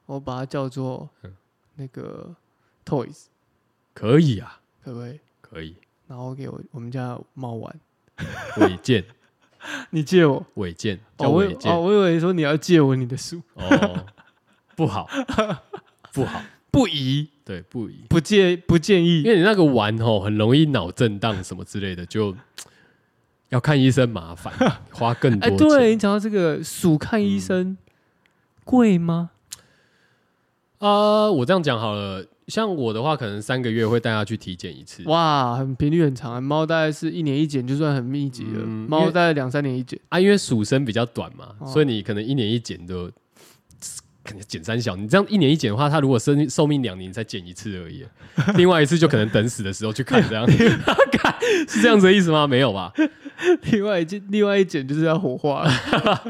我把它叫做那个 Toys， 可以啊， 可不可以？ 可以。 然后给我我们家猫玩， 违建， 你借我违建叫违建、 哦，我以为说你要借我你的书， 哦，不好，不好， 不宜， 对，不宜， 不建不建议， 因为你那个玩吼很容易脑震荡什么之类的，就要看医生麻烦，花更多钱。 哎，对你讲到这个鼠看医生贵、嗯、吗？ 呃，我这样讲好了。像我的话，可能三个月会带它去体检一次。 哇，很频率很长。猫大概是一年一检，就算很密集了。 嗯、 猫大概两三年一检啊，因为鼠生比较短嘛，哦、所以你可能一年一检都可能检三小。你这样一年一检的话，它如果生寿命两年才检一次而已，另外一次就可能等死的时候去看这样。是这样子的意思吗？没有吧？ 另外一检，另外一检就是要火化了。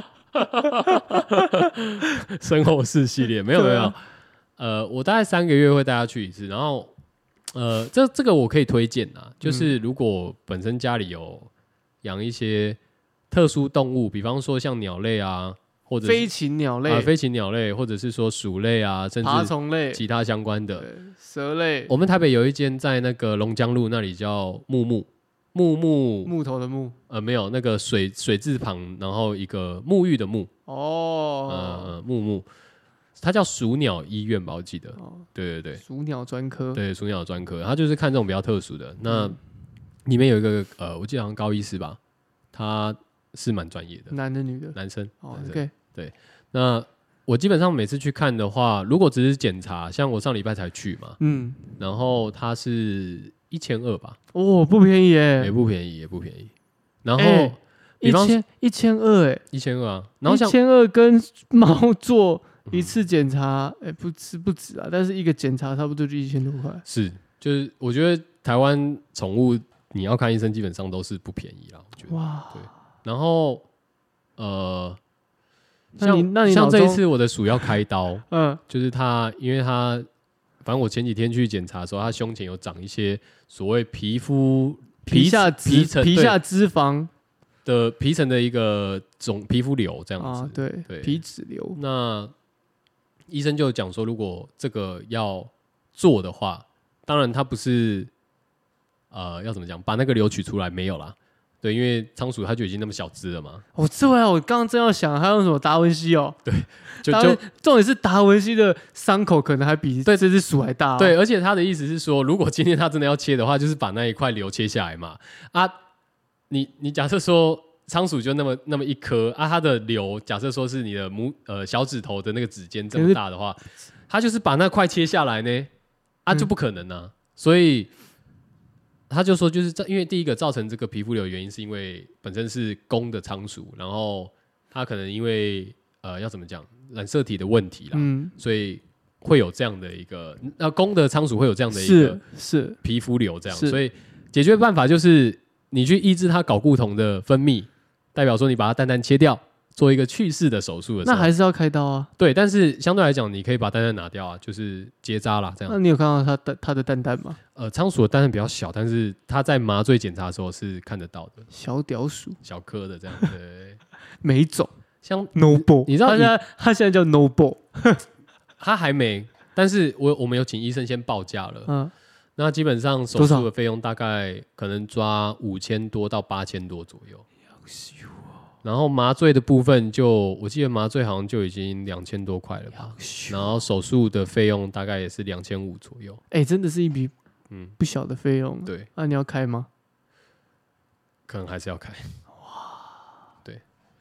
身后事系列没有没有。呃，我大概三个月会带他去一次，然后，呃，这这个我可以推荐啊，就是如果本身家里有养一些特殊动物，比方说像鸟类啊，或者飞禽鸟类、 啊、飞禽鸟类，或者是说鼠类啊，甚至爬虫类、 其他相关的蛇类。 我们台北有一间在那个龙江路那里叫木木木木木头的木， 呃，没有那个水水字旁，然后一个沐浴的沐哦， 呃，木木。它叫鼠鸟医院吧，我记得。哦、对对对， 鼠鸟专科。 对，鼠鸟专科，它就是看这种比较特殊的。那里面有一个呃，我记得好像高医师吧，他是蛮专业的。 男的女的？ 男生。 哦男生 ，OK。 对，那我基本上每次去看的话，如果只是检查，像我上礼拜才去嘛，嗯，然后它是一千二吧。 哦，不便宜耶。 也不便宜，也不便宜。然后。 欸一千一千二哎， 一千二啊，然后一千二跟猫做一次检查，哎、欸，不是不止啊，但是一个检查差不多就一千多块。 是，就是我觉得台湾宠物你要看医生，基本上都是不便宜啦。我觉得哇，对。然后呃， 那你那你像这一次我的鼠要开刀，嗯，就是它，因为它反正我前几天去检查的时候，它胸前有长一些所谓皮肤皮下皮层皮下脂肪。 的皮层的一个肿皮肤瘤这样子， 啊、对, 对皮脂瘤。 那医生就讲说，如果这个要做的话，当然它不是呃要怎么讲，把那个瘤取出来没有啦。对，因为仓鼠它就已经那么小只了嘛。 哦，这啊，我刚刚正要想，还用什么达文西哦？ 对，就就重点是达文西的伤口可能还比对这只鼠还大、哦。 对，而且他的意思是说，如果今天他真的要切的话，就是把那一块瘤切下来嘛。啊。你你假设说仓鼠就那么那么一颗啊，它的瘤假设说是你的拇呃小指头的那个指尖这么大的话，它就是把那块切下来呢，啊就不可能啊，嗯、所以他就说就是因为第一个造成这个皮肤瘤的原因是因为本身是公的仓鼠，然后它可能因为呃要怎么讲染色体的问题啦，嗯、所以会有这样的一个那公的仓鼠会有这样的一个是皮肤瘤这样，所以解决办法就是。你去抑制它睾固酮的分泌，代表说你把它蛋蛋切掉，做一个去势的手术的时候， 那还是要开刀啊。 对，但是相对来讲，你可以把蛋蛋拿掉啊，就是结扎啦，这样。 那你有看到它的它的蛋蛋吗？ 呃，仓鼠的蛋蛋比较小，但是它在麻醉检查的时候是看得到的。 小屌鼠， 小颗的这样，对， 没种， 像 Noble， 你知道它现在它现在叫 Noble， 它还没，但是我我们有请医生先报价了，嗯。那基本上手术的费用大概可能抓五千多到八千多左右，然后麻醉的部分就我记得麻醉好像就已经两千多块了吧，然后手术的费用大概也是两千五左右。 哎、欸，真的是一笔嗯不小的费用。 对， 那、啊、你要开吗？ 可能还是要开。哇，对，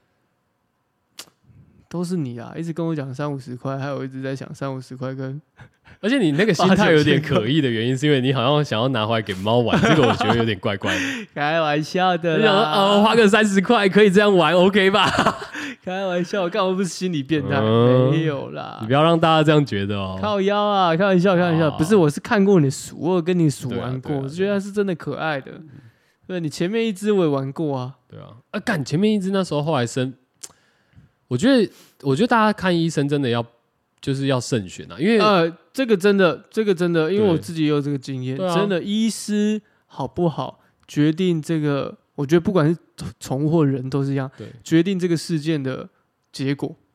都是你啊！一直跟我讲三五十块，还有一直在想三五十块跟。 而且你那个心态有点可疑的原因，是因为你好像想要拿回来给猫玩，这个我觉得有点怪怪的。 开玩笑的啦， 哦，花个三十块可以这样玩 ，OK 吧？ 开玩笑，我干嘛不是心理变态？嗯、没有啦， 你不要让大家这样觉得哦。 靠腰啊，开玩笑，开玩笑，不是，我是看过你的鼠，我有跟你鼠玩过， 啊啊啊、 我觉得它是真的可爱的。对，你前面一只我也玩过啊。 对啊，啊，干前面一只那时候后来生，我觉得，我觉得大家看医生真的要。就是要慎选啊，因为呃，这个真的，这个真的，因为我自己也有这个经验，啊、真的，医师好不好决定这个，我觉得不管是宠物或人都是一样，对，决定这个事件的结果。 对，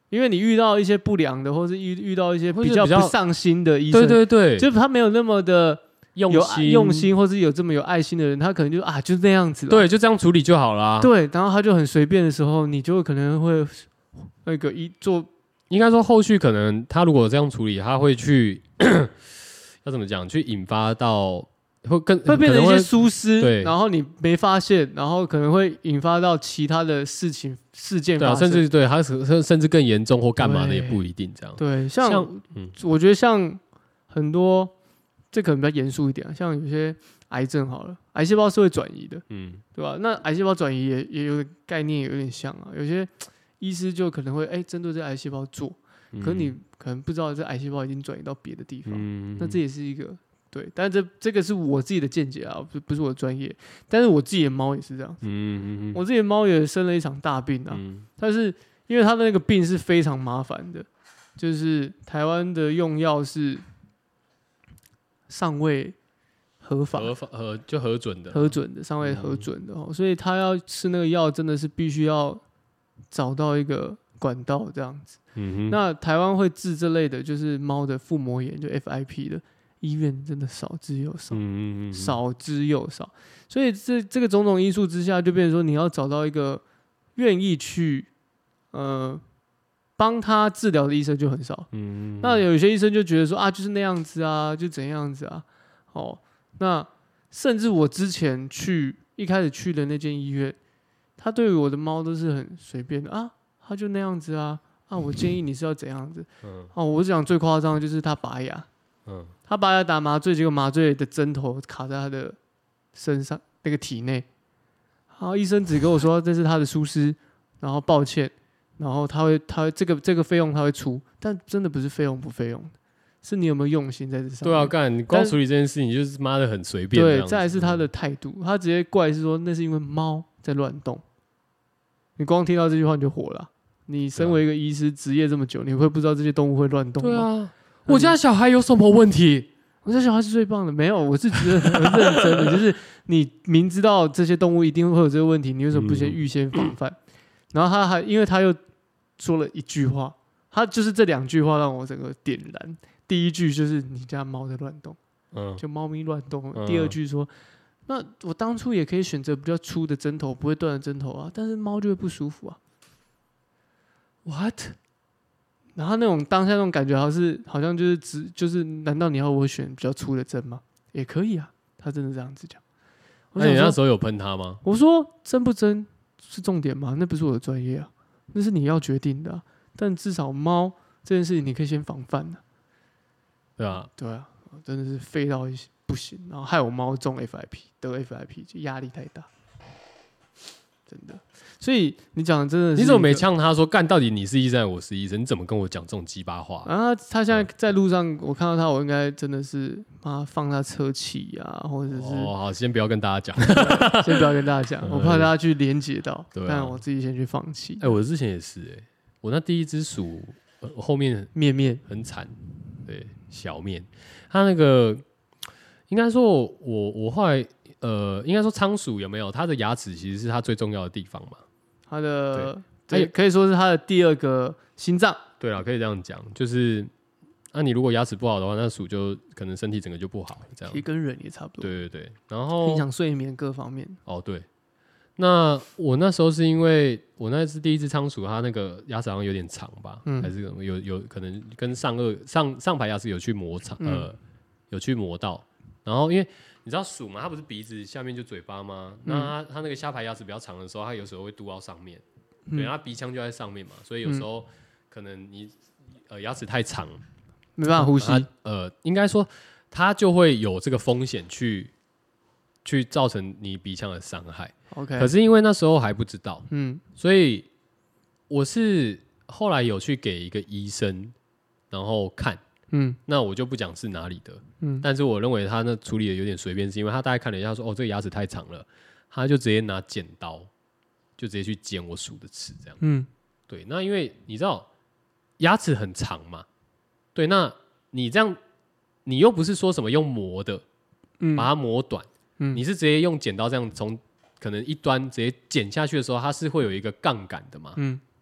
因为你遇到一些不良的，或是遇遇到一些比较不上心的医生， 对对对， 就是他没有那么的用心用心，或是有这么有爱心的人，他可能就啊就是那样子， 对，就这样处理就好啦。 对，然后他就很随便的时候，你就可能会那个一做， 应该说后续可能他如果这样处理，他会去要怎么讲，去引发到。会更会变成一些疏失， 对， 然后你没发现，然后可能会引发到其他的事情事件发生， 对、啊，甚至对它甚至更严重或干嘛的也不一定这样。 对，像, 像嗯，我觉得像很多这可能比较严肃一点，像有些癌症好了，癌细胞是会转移的，嗯，对吧？那癌细胞转移也也有概念有点像啊，有些医师就可能会哎针对这癌细胞做，嗯、可是你可能不知道这癌细胞已经转移到别的地方，嗯、那这也是一个。对，但这这个是我自己的见解啊，不不是我的专业。但是我自己的猫也是这样子，嗯嗯嗯我自己的猫也生了一场大病啊，嗯、但是因为它的那个病是非常麻烦的，就是台湾的用药是尚未合法， 合法核就核准的， 核准的，尚未核准的、嗯、所以它要吃那个药真的是必须要找到一个管道这样子。嗯、那台湾会治这类的，就是猫的腹膜炎，就 F I P 的。医院真的少之又少，嗯嗯嗯少之又少，所以这这个种种因素之下，就变成说你要找到一个愿意去呃帮他治疗的医生就很少。嗯嗯那有些医生就觉得说啊，就是那样子啊，就怎样子啊，哦，那甚至我之前去一开始去的那间医院，他对于我的猫都是很随便的啊，他就那样子啊，啊，我建议你是要怎样子，嗯、哦，我讲最夸张的就是他拔牙。嗯、他拔牙打麻醉，结果麻醉的针头卡在他的身上那个体内，然后医生只跟我说这是他的疏失，然后抱歉，然后他会他会这个这个费用他会出，但真的不是费用不费用的，是你有没有用心在这上面。 对啊，干你光处理这件事情就是妈的很随便。 对，再来是他的态度，他直接怪是说那是因为猫在乱动，你光听到这句话你就火了、啊。你身为一个医师，职业这么久，你会不知道这些动物会乱动吗？ 对啊。我家小孩有什么问题？ 我家小孩是最棒的，没有，我是觉得很认真的，就是你明知道这些动物一定会有这个问题，你为什么不先预先防范？嗯、然后他还因为他又说了一句话，他就是这两句话让我整个点燃。第一句就是你家猫在乱动，嗯，就猫咪乱动。嗯、第二句说，那我当初也可以选择比较粗的针头，不会断的针头啊，但是猫就会不舒服啊。What？然后那种当下那种感觉，好像是好像就是只就是，难道你要我选比较粗的针吗？也可以啊，他真的这样子讲。 那你那时候有喷他吗？ 我说针不针是重点吗？那不是我的专业啊，那是你要决定的、啊。但至少猫这件事情，你可以先防范的、啊。 对啊， 对啊，真的是废到不行，然后害我猫中 F I P， 得 F I P 就压力太大，真的。所以你讲的真的是， 你怎么没呛他说干？到底你是医生，我是医生，你怎么跟我讲这种鸡巴话？ 啊，他现在在路上，我看到他，我应该真的是妈放他车气啊，或者是哦，好，先不要跟大家讲， 先不要跟大家讲，我怕大家去连结到， 对啊、 但我自己先去放弃。 哎、欸，我之前也是、欸，哎，我那第一只鼠，我后面面面很惨，对，小面，他那个应该说我，我我后来呃，应该说仓鼠有没有？它的牙齿其实是它最重要的地方嘛。 它的对，可以说是它的第二个心脏。 对啦，可以这样讲，就是那、啊、你如果牙齿不好的话，那鼠就可能身体整个就不好了，这样。 其实跟人也差不多。 对对对，然后影响睡眠各方面。 哦，对。那我那时候是因为我那是第一只仓鼠，它那个牙齿好像有点长吧，嗯、还是有有可能跟上颚上上排牙齿有去磨长，嗯、呃，有去磨到。然后因为你知道鼠嘛，它不是鼻子下面就嘴巴吗？嗯、那它它那个下排牙齿比较长的时候，它有时候会嘟到上面，嗯、对，它鼻腔就在上面嘛，所以有时候可能你呃牙齿太长， 没办法呼吸， 呃，应该说它就会有这个风险去去造成你鼻腔的伤害。 OK， 可是因为那时候还不知道，嗯，所以我是后来有去给一个医生，然后看。嗯，那我就不讲是哪里的，嗯，但是我认为他那处理的有点随便，是因为他大概看了一下说，哦，这个牙齿太长了，他就直接拿剪刀，就直接去剪我鼠的齿，这样，嗯，对，那因为你知道牙齿很长嘛，对，那你这样，你又不是说什么用磨的，嗯，把它磨短，嗯，你是直接用剪刀这样从可能一端直接剪下去的时候，它是会有一个杠杆的嘛，嗯。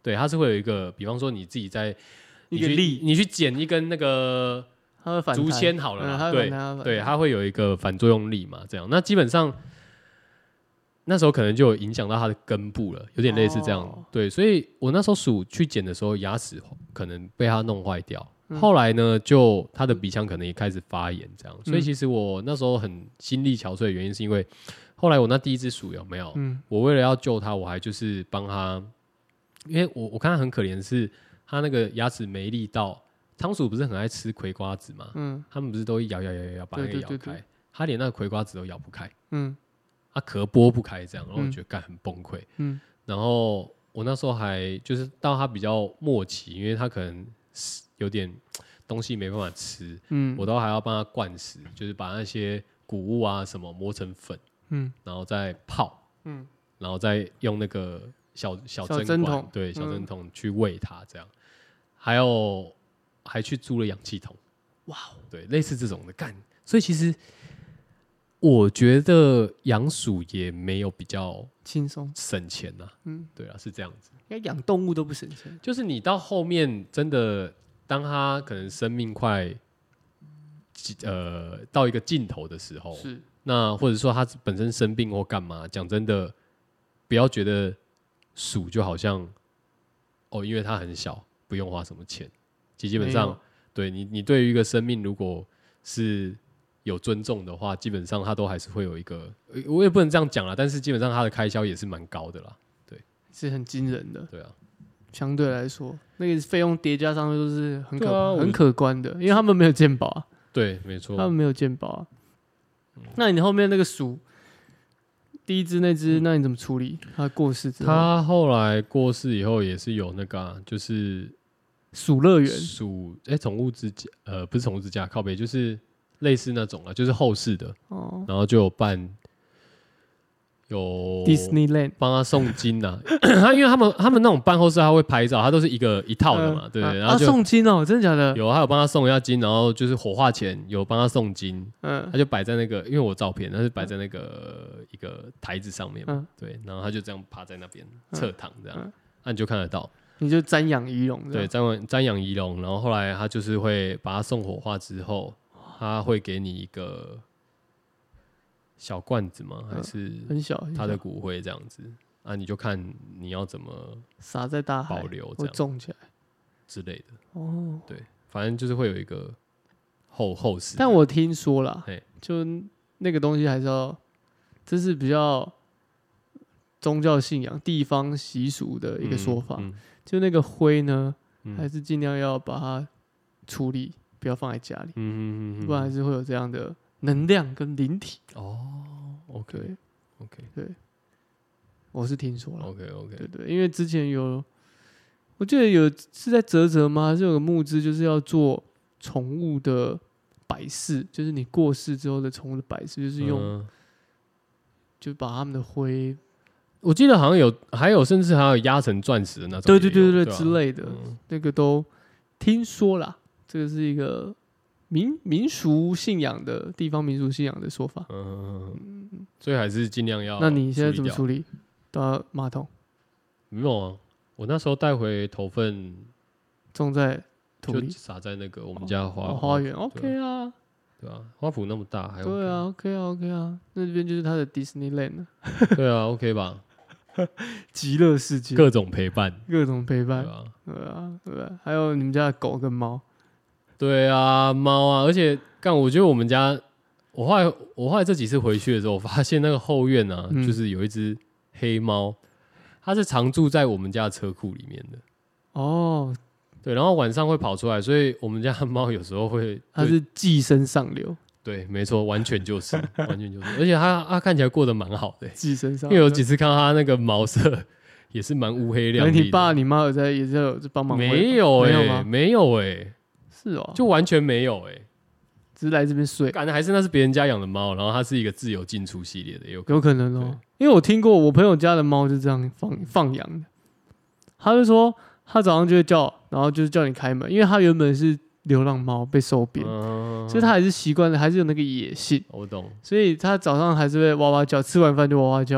对，它是会有一个，比方说你自己在一个力， 你去剪一根那个竹签好了啦，嗯、对对，它会有一个反作用力嘛，这样。那基本上那时候可能就有影响到它的根部了，有点类似这样。哦、对，所以我那时候鼠去剪的时候，牙齿可能被它弄坏掉。嗯、后来呢，就它的鼻腔可能也开始发炎，这样。所以其实我那时候很心力憔悴的原因，是因为后来我那第一只鼠有没有？嗯、我为了要救它，我还就是帮它，因为我我看它很可怜，是它那个牙齿没力到。仓鼠不是很爱吃葵瓜子吗？嗯，他们不是都咬咬咬咬咬把那个咬开，它连那个葵瓜子都咬不开，嗯，它壳剥不开这样，然后我觉得干很崩溃，嗯，然后我那时候还就是到它比较末期，因为它可能有点东西没办法吃，嗯，我都还要帮它灌食，就是把那些谷物啊什么磨成粉，嗯，然后再泡，嗯，然后再用那个小小针管，对，小针筒去喂它这样，还有。还去租了氧气筒，哇，对，类似这种的干，所以其实我觉得养鼠也没有比较轻松省钱呐，嗯，对啊，是这样子， 应该养动物都不省钱， 就是你到后面真的，当它可能生命快呃到一个尽头的时候，是那或者说它本身生病或干嘛，讲真的，不要觉得鼠就好像哦，因为它很小，不用花什么钱。其实基本上，对你，你对于一个生命，如果是有尊重的话，基本上它都还是会有一个，我也不能这样讲啦，但是基本上它的开销也是蛮高的啦，对， 是很惊人的， 对啊， 相对来说，那个费用叠加上去都是很可、啊、很可观的，因为他们没有健保啊， 对，没错， 他们没有健保啊。嗯、那你后面那个鼠，第一只那只，那你怎么处理？它过世之后， 它后来过世以后也是有那个、啊，就是。 鼠乐园， 鼠哎，宠物之家，呃，不是宠物之家，靠北就是类似那种了，就是后世的，哦，然后就有办有 Disneyland 帮他诵经呐、啊，他因为他们他们那种办后事他会拍照，他都是一个一套的嘛，呃、对， 啊、 然后就诵经哦，真的假的？ 有，他有帮他诵一下经，然后就是火化前有帮他诵经，嗯，他就摆在那个，因为我照片，他是摆在那个、嗯、一个台子上面嘛，嗯、对，然后他就这样趴在那边侧躺这样，那、嗯啊、你就看得到。 你就瞻仰仪容， 对，瞻仰瞻仰仪容，然后后来他就是会把它送火化之后，他会给你一个小罐子吗？还是很小他的骨灰这样子啊？你就看你要怎么撒在大海保留，这样种起来之类的。哦，对，反正就是会有一个后后事。 但我听说啦，就那个东西还是要，这是比较宗教信仰、地方习俗的一个说法。嗯嗯就那个灰呢，嗯、还是尽量要把它处理，不要放在家里，嗯嗯嗯不然还是会有这样的能量跟灵体。 哦 ，OK OK， 对，我是听说了 ，OK OK， 对对，因为之前有，我记得有是在嘖嘖吗？还是有个募资，就是要做宠物的摆饰，就是你过世之后的宠物的摆饰，就是用，嗯、就把他们的灰。 我记得好像有，还有甚至还有压成钻石的那种， 对对对对对之类的，嗯、那个都听说啦。这个是一个民民俗信仰的地方民俗信仰的说法。 嗯，嗯所以还是尽量要。 那你现在怎么处理？到马桶？ 没有啊，我那时候带回头粪， 种在土里， 就撒在那个我们家花、 哦、花园。OK 啊。 对啊，花圃那么大，还 OK 对啊 ，OK 啊 ，OK 啊，那边就是它的 Disneyland 了。 对啊 ，OK 吧？ 极乐世界， 各种陪伴， 各种陪伴，对啊，对啊，对啊，还有你们家的狗跟猫， 对啊，猫啊，而且干，我觉得我们家，我后来我后来这几次回去的时候，我发现那个后院啊，嗯、就是有一只黑猫，它是常住在我们家的车库里面的。哦，对，然后晚上会跑出来，所以我们家的猫有时候会， 它是寄生上流。 对，没错，完全就是，完全就是，而且它它看起来过得蛮好的， 寄生上， 因为有几次看到它那个毛色也是蛮乌黑亮丽的。 你爸你妈有在也是有帮忙？ 没有哎、欸，没有哎、欸， 是哦， 就完全没有哎、欸， 只是来这边睡。 感觉还是那是别人家养的猫，然后它是一个自由进出系列的，有可能有可能哦，因为我听过我朋友家的猫就这样放放养的，他就说他早上就会叫，然后就是叫你开门，因为他原本是流浪猫被收编。嗯所以他还是习惯的，还是有那个野性。 我懂。 所以他早上还是会哇哇叫，吃完饭就哇哇叫，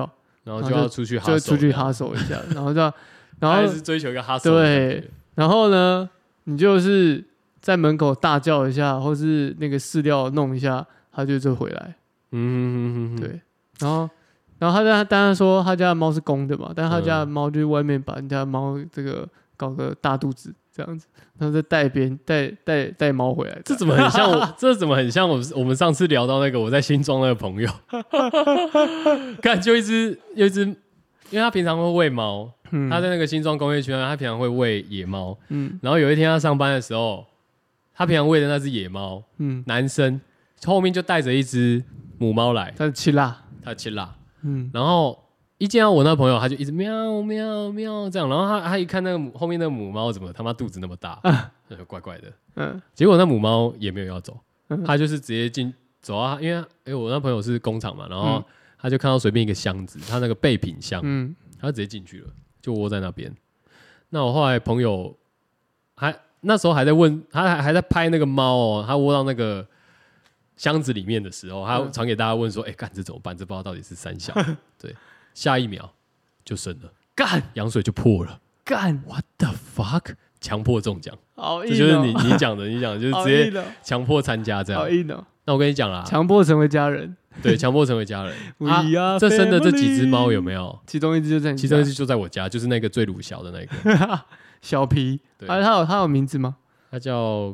然后就要出去哈就出去哈手一下，然后就要然后还是追求一个哈手。 对，然后呢，你就是在门口大叫一下，或是那个饲料弄一下，他就就回来。嗯，对，然后。然后他家当然说他家的猫是公的嘛，但是他家的猫就是外面把人家的猫这个搞个大肚子这样子，然后再带别人带带带猫回来。 这怎么很像我？这怎么很像我？我们上次聊到那个我在新庄那个朋友，看就一只有一只，因为他平常会喂猫，嗯、他在那个新庄工业区，他平常会喂野猫，嗯，然后有一天他上班的时候，他平常喂的那只野猫，嗯，男生后面就带着一只母猫来， 他是七辣， 他七辣。嗯，然后一见到我那朋友，他就一直喵喵喵这样，然后他他一看那个后面那个母猫怎么他妈肚子那么大，啊、就怪怪的。嗯，结果那母猫也没有要走，嗯、他就是直接进走啊，因为哎我那朋友是工厂嘛，然后他就看到随便一个箱子，他那个备品箱，嗯，他就直接进去了，就窝在那边。那我后来朋友还那时候还在问他还还在拍那个猫哦，他窝到那个。箱子里面的时候，他常给大家问说：“哎、欸，干这怎么办？这不知道到底是三小。”对，下一秒就生了，干羊水就破了，干 What the fuck？ 强迫中奖，好硬、喔！这就是你你讲的，你讲的就是直接强迫参加这样， 好硬哦、喔！ 那我跟你讲啦， 强迫成为家人， 对，强迫成为家人。啊，这生的这几只猫有没有？ 其中一只就在你家， 其中一只就在我家，就是那个最乳小的那个小皮。对，啊，它有它有名字吗？ 它叫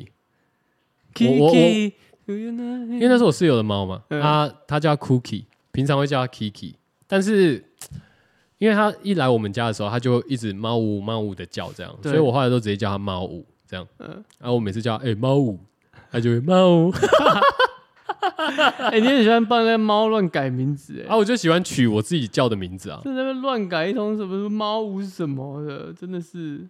Kiki。Kiki。因为那是我室友的猫嘛，嗯、他他叫 Cookie， 平常会叫他 Kiki， 但是因为他一来我们家的时候，他就一直猫呜猫呜的叫这样，所以我后来都直接叫他猫呜这样。嗯，然后我每次叫哎、欸、猫呜，他就会猫呜。 哎、欸，你很喜欢帮那个猫乱改名字哎、欸？ 啊，我就喜欢取我自己叫的名字啊。 在那边乱改一通什么猫呜是什么的，真的是。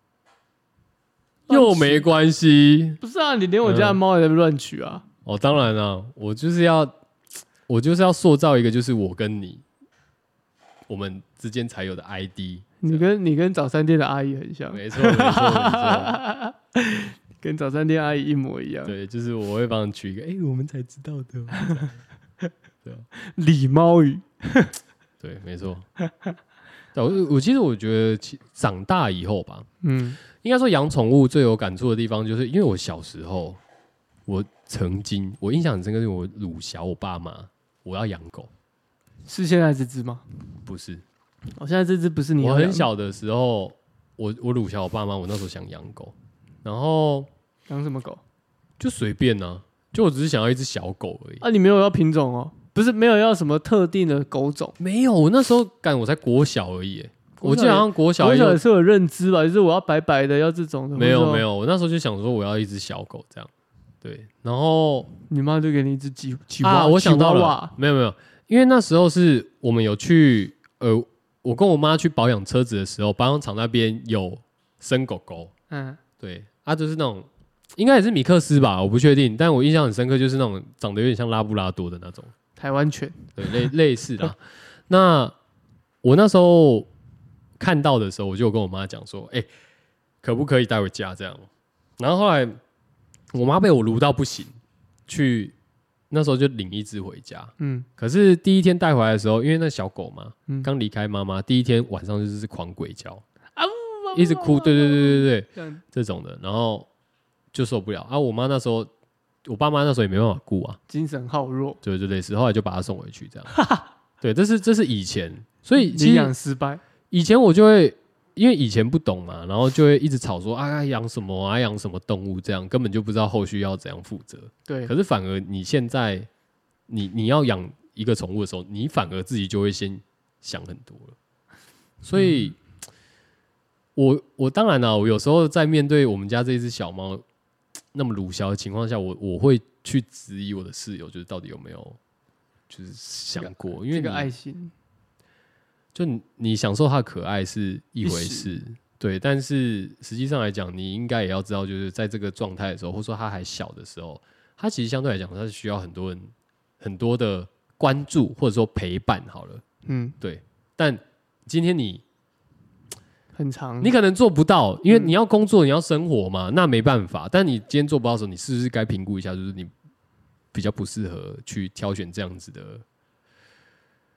又没关系， 不是啊，你连我家的猫也在乱取啊、 嗯！哦，当然了，我就是要，我就是要塑造一个，就是我跟你，我们之间才有的 I D。 你跟你跟早餐店的阿姨很像， 没错没错没错， 跟早餐店阿姨一模一样。 对，就是我会帮你取一个，哎、欸，我们才知道的，对啊， 礼猫语， 对，没错。我我其实我觉得，长大以后吧，嗯。应该说养宠物最有感触的地方，就是因为我小时候，我曾经我印象很深刻，是我鲁小我爸妈，我要养狗， 是现在这只吗？ 不是， 我、哦、现在这只不是你要养。我很小的时候，我我鲁小我爸妈，我那时候想养狗，然后养什么狗？ 就随便啊，就我只是想要一只小狗而已。 啊，你没有要品种哦？不是，没有要什么特定的狗种？ 没有，我那时候干我才国小而已。我记得好像国小， 国小也是有认知吧，就是我要白白的，要这种的。 没有没有，我那时候就想说我要一只小狗这样，对，然后你妈就给你一只吉吉娃， 啊，我想到了，没有没有，因为那时候是我们有去，呃，我跟我妈去保养车子的时候，保养厂那边有生狗狗，嗯，对，啊，就是那种应该也是米克斯吧，我不确定，但我印象很深刻，就是那种长得有点像拉布拉多的那种台湾犬， 对，类类似的。那我那时候。看到的时候，我就跟我妈讲说：“哎、欸，可不可以带回家这样？”然后后来我妈被我撸到不行，去那时候就领一只回家。嗯，可是第一天带回来的时候，因为那小狗嘛，刚离开妈妈，第一天晚上就是狂鬼叫，啊、一直哭，对对对对对，这, 这种的，然后就受不了啊！我妈那时候，我爸妈那时候也没办法顾啊， 精神耗弱， 对，就类似，后来就把它送回去这样。对，这是这是以前，所以领养失败。 以前我就会，因为以前不懂嘛，然后就会一直吵说啊养什么啊养什么动物，这样根本就不知道后续要怎样负责。 对， 可是反而你现在，你你要养一个宠物的时候，你反而自己就会先想很多了。所以，嗯、我我当然啦、啊，我有时候在面对我们家这一只小猫那么鲁小的情况下，我我会去质疑我的室友，就是到底有没有就是想过，因为这个爱心。 就 你, 你享受它的可爱是一回事，对，但是实际上来讲，你应该也要知道，就是在这个状态的时候，或者说它还小的时候，它其实相对来讲，它是需要很多人很多的关注或者说陪伴。好了，嗯，对。但今天你很长， 你可能做不到，因为你要工作，你要生活嘛，那没办法。但你今天做不到的时候，你是不是该评估一下，就是你比较不适合去挑选这样子的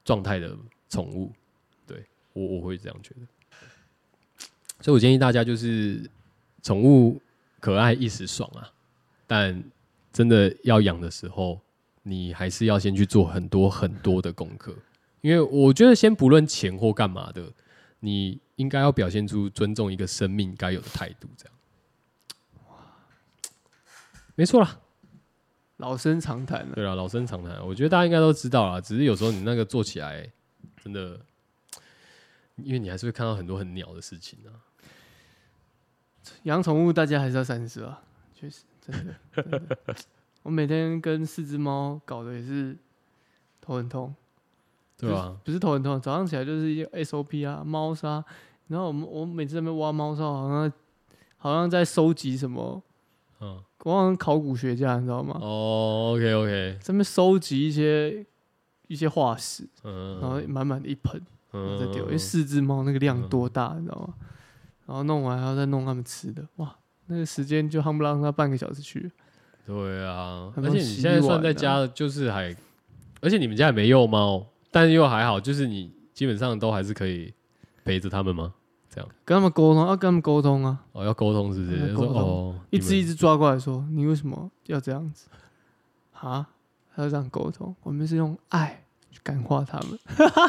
状态的宠物。对我我会这样觉得，所以我建议大家就是宠物可爱一时爽啊，但真的要养的时候，你还是要先去做很多很多的功课，因为我觉得先不论钱或干嘛的，你应该要表现出尊重一个生命该有的态度，这样。没错啦， 老生常谈了。 对啦，老生常谈，我觉得大家应该都知道啦，只是有时候你那个做起来真的，因为你还是会看到很多很鸟的事情啊。 养宠物大家还是要三思啊，确实，真的。真的我每天跟四只猫搞得也是头很痛， 对啊， 不是头很痛，早上起来就是一些 S O P 啊，猫砂。然后我们我每次在那边挖猫砂，好像好像在收集什么，嗯，我好像考古学家，你知道吗？ 哦 ，OK OK， 在那边收集一些一些化石， 嗯， 然后满满的一盆，然后再丢， 嗯、 因为四只猫那个量多大，你知道吗？然后弄完还要再弄它们吃的，哇，那个时间就夯不啷它半个小时去了。 对啊，而且你现在算在家，就是还，而且你们家也没幼猫，但又还好，就是你基本上都还是可以陪着他们吗？这样跟他们沟通，要跟他们沟通啊！ 哦，要沟通是不是？说哦， 一只一只抓过来说，你为什么要这样子？啊，要这样沟通，我们是用爱去感化他们。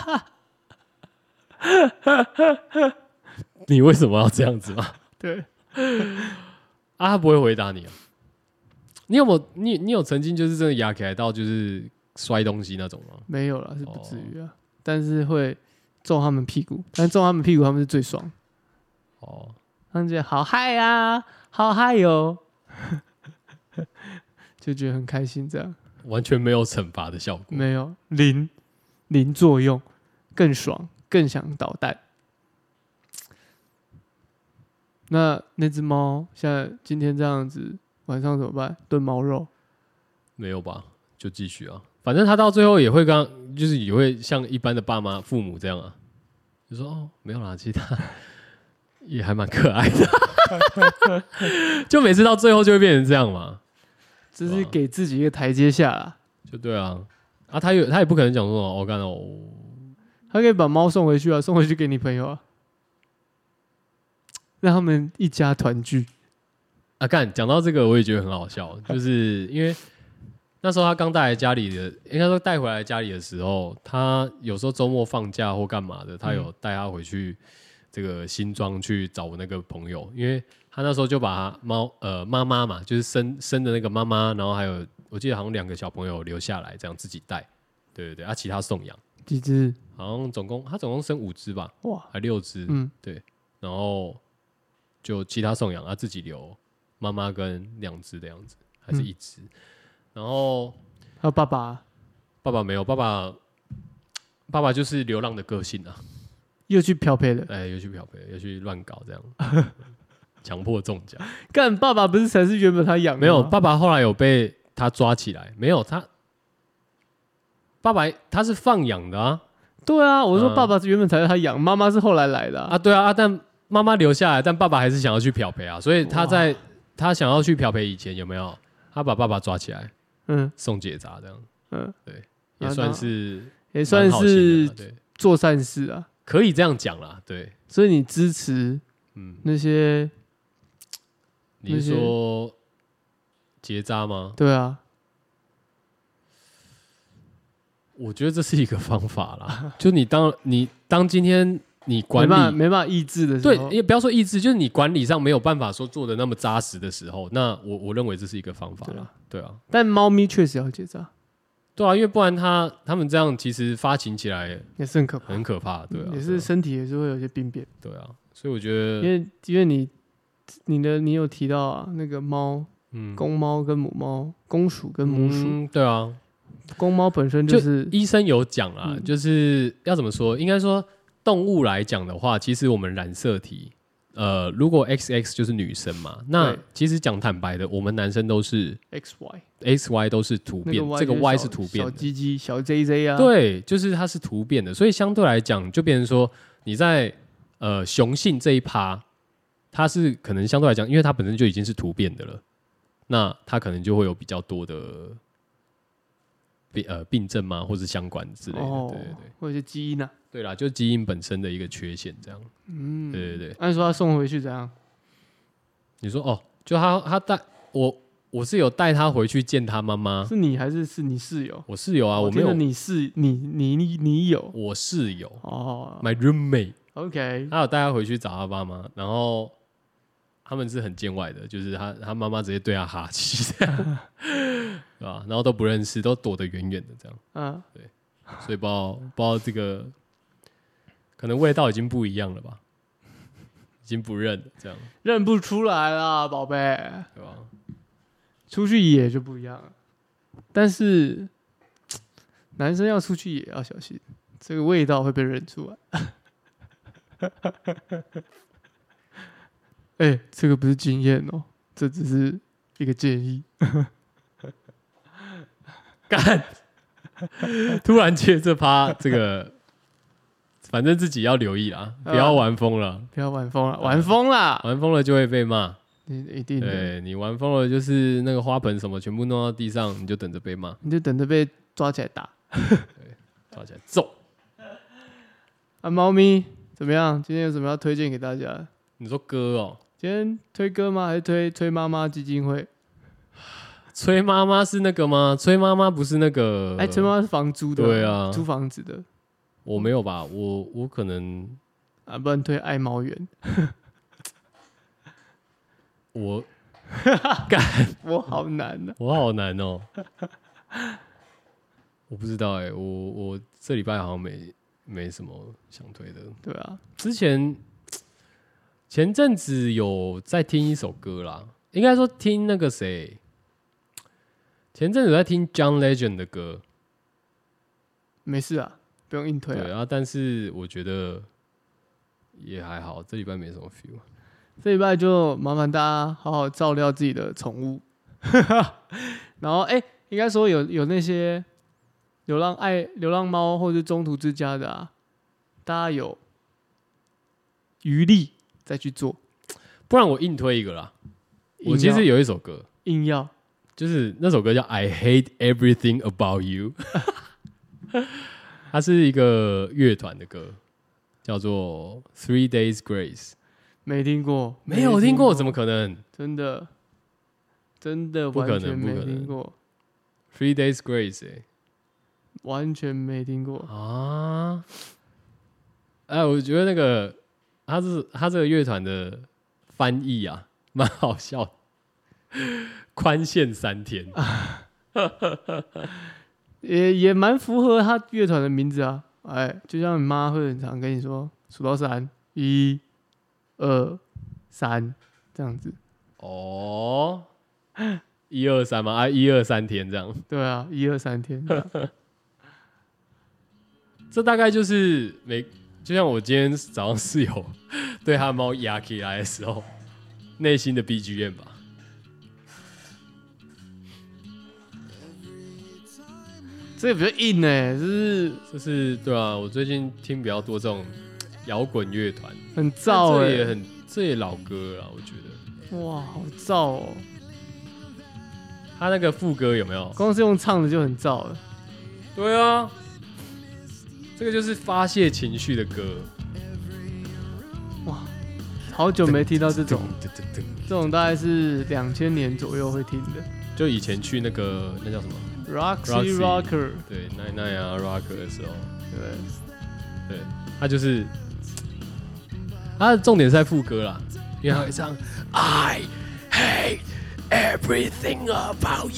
你为什么要这样子嘛？ 对， 啊，他不会回答你啊。你有没有你你有曾经就是真的压起来到就是摔东西那种吗？ 没有啦，是不至于啊，哦、但是会揍他们屁股，但揍他们屁股他们是最爽。哦，他们觉得好嗨啊，好嗨哟，就觉得很开心，这样完全没有惩罚的效果， 没有零零作用，更爽，更想捣蛋。那那只猫现在今天这样子。晚上怎么办？炖猫肉？ 没有吧，就继续啊。反正他到最后也会刚，就是也会像一般的爸妈、父母这样啊，就说哦，没有啦，其实他也还蛮可爱的。就每次到最后就会变成这样嘛， 这是给自己一个台阶下啦。 就对啊，啊，他也他也不可能讲说我干了， 他可以把猫送回去啊，送回去给你朋友啊，让他们一家团聚。 啊，干讲到这个我也觉得很好笑，就是因为那时候他刚带来家里的，应该说带回来家里的时候，他有时候周末放假或干嘛的，他有带他回去这个新庄去找我那个朋友，因为他那时候就把猫呃妈妈嘛，就是生生的那个妈妈，然后还有我记得好像两个小朋友留下来这样自己带，对对对，啊其他送养几只？ 好像总共他总共生五只吧，哇，还六只，嗯，对，然后就其他送养，他自己留。妈妈跟两只的样子，还是一只、嗯？然后还有爸爸， 爸爸没有，爸爸爸爸就是流浪的个性啊， 又去漂配了， 哎，又去漂配，又去乱搞这样，强迫中奖。 干爸爸不是才是原本他养的吗？ 没有，爸爸后来有被他抓起来，没有他，爸爸他是放养的啊。 对啊，我说爸爸原本才是他养，妈妈是后来来的 啊, 啊。对啊，啊但妈妈留下来，但爸爸还是想要去漂配啊，所以他在。他想要去漂培以前有没有？他把爸爸抓起来，嗯，送结扎这样，嗯，对，也算是也算是做善事啊， 可以这样讲啦，对。 所以你支持，嗯，那些， 你是说结扎吗？ 对啊， 我觉得这是一个方法啦，就你当你当今天。你管理没办法抑制的时候， 对，也不要说抑制，就是你管理上没有办法说做的那么扎实的时候，那我我认为这是一个方法啦，对啊。 但猫咪确实要结扎， 对啊，因为不然它它们这样其实发情起来也是很可怕， 很可怕，对啊， 也是身体也是会有些病变， 对啊。所以我觉得， 因为因为你你的你有提到啊，那个猫，嗯，公猫跟母猫，公鼠跟母鼠， 嗯、对啊， 公猫本身就是就医生有讲啦、嗯，就是要怎么说，应该说。动物来讲的话，其实我们染色体，呃，如果 X X 就是女生嘛，那其实讲坦白的，我们男生都是 X Y X Y 都是突变，这个 Y 是突变的， 小鸡鸡、小 J J 啊， 对，就是它是突变的，所以相对来讲，就变成说你在呃雄性这一趴，它是可能相对来讲，因为它本身就已经是突变的了，那它可能就会有比较多的病呃病症吗，或是相关之类的，哦、对对对， 或者是基因啊， 对啦，就基因本身的一个缺陷这样，嗯，对对对。 按说他送回去怎样？ 你说哦，就他他带我，我是有带他回去见他妈妈， 是你还是是你室友？ 我室友啊，我没有， 你室你你你你有， 我室友哦 ，my roommate，OK， 他有带他回去找他妈妈，然后。他们是很见外的，就是他他妈妈直接对他哈气，这样，对吧？然后都不认识，都躲得远远的这样。嗯，对，所以不知道不知道这个，可能味道已经不一样了吧，已经不认了，这样认不出来啦，宝贝， 对吧？ 出去野就不一样了，但是男生要出去野要小心，这个味道会被认出来。哎、欸，这个不是经验哦，这只是一个建议。 干，突然接这趴，这个反正自己要留意啦，不要玩疯了， 不要玩疯了，玩疯了， 玩疯了就会被骂。 一定的， 对你玩疯了，就是那个花盆什么全部弄到地上，你就等着被骂， 你就等着被抓起来打， 对，抓起来揍。 啊，猫咪怎么样？今天有什么要推荐给大家？ 你说歌哦？ 今天推歌吗？还是推推妈妈基金会？ 崔妈妈是那个吗？崔妈妈不是那个？ 哎、欸，崔妈妈是房租的， 对啊， 租房子的。 我没有吧？我我可能啊，不然推爱猫园。 我干， 我好难啊， 我好难哦。我不知道哎、欸，我我这礼拜好像没没什么想推的。 对啊， 之前。前阵子有在听一首歌啦，应该说听那个谁，前阵子有在听 John Legend 的歌， 没事啊，不用硬推啊。 对啊，但是我觉得也还好，这礼拜没什么 feel。 这礼拜就麻烦大家好好照料自己的宠物，然后哎、欸，应该说有有那些流浪爱流浪猫或者中途之家的啊，大家有余力。再去做， 不然我硬推一个啦。我其实有一首歌， 硬要， 就是那首歌叫《I Hate Everything About You》，它是一个乐团的歌，叫做《Three Days Grace》。 没听过， 没有听过，怎么可能？ 真的，真的不可能，不可能。Three Days Grace， 哎、欸， 完全没听过啊！哎，我觉得那个。他是他这个乐团的翻译啊，蛮好笑的。宽限三天， 也也蛮符合他乐团的名字啊。哎，就像你妈会很常跟你说，数到三，一、二、三这样子。 哦，一二三嘛，啊，一二三天这样。 对啊，一二三天这样。 这大概就是每。就像我今天早上室友对他猫压起来的时候，内心的 B G M 吧。 这个比较硬哎、欸，就是就是对啊，我最近听比较多这种摇滚乐团， 很燥哎、欸， 这也很这也老歌了，我觉得。哇，好燥哦！ 他那个副歌有没有？ 光是用唱的就很燥了。 对啊。这个就是发泄情绪的歌， 哇，好久没听到这种，这种大概是两千年左右会听的。 就以前去那个那叫什么 Roxy Rocker， 对，奈奈啊 Rocker 的时候， 对， 对，他就是他的重点是在副歌啦，因为他会唱 I hate everything about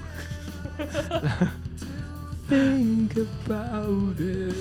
you。Think about it.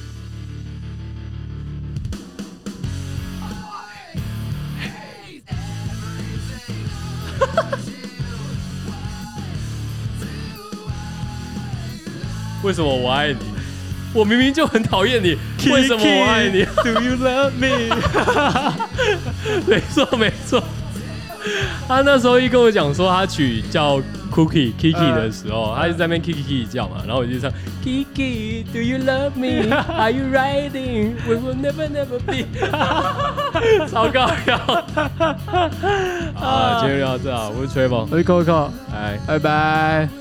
为什么我爱你？我明明就很讨厌你，为什么我爱你 ？Do you love me？ 没错没错。他那时候一跟我讲说他取叫 Cookie Kiki 的时候，他就在那边 Kiki Kiki 叫嘛，然后我就唱 Kiki Do you love me? Are you riding? We will never never be 超高调啊！今天就到这啊，我是 Trevor， 我是 Coco， 拜拜拜。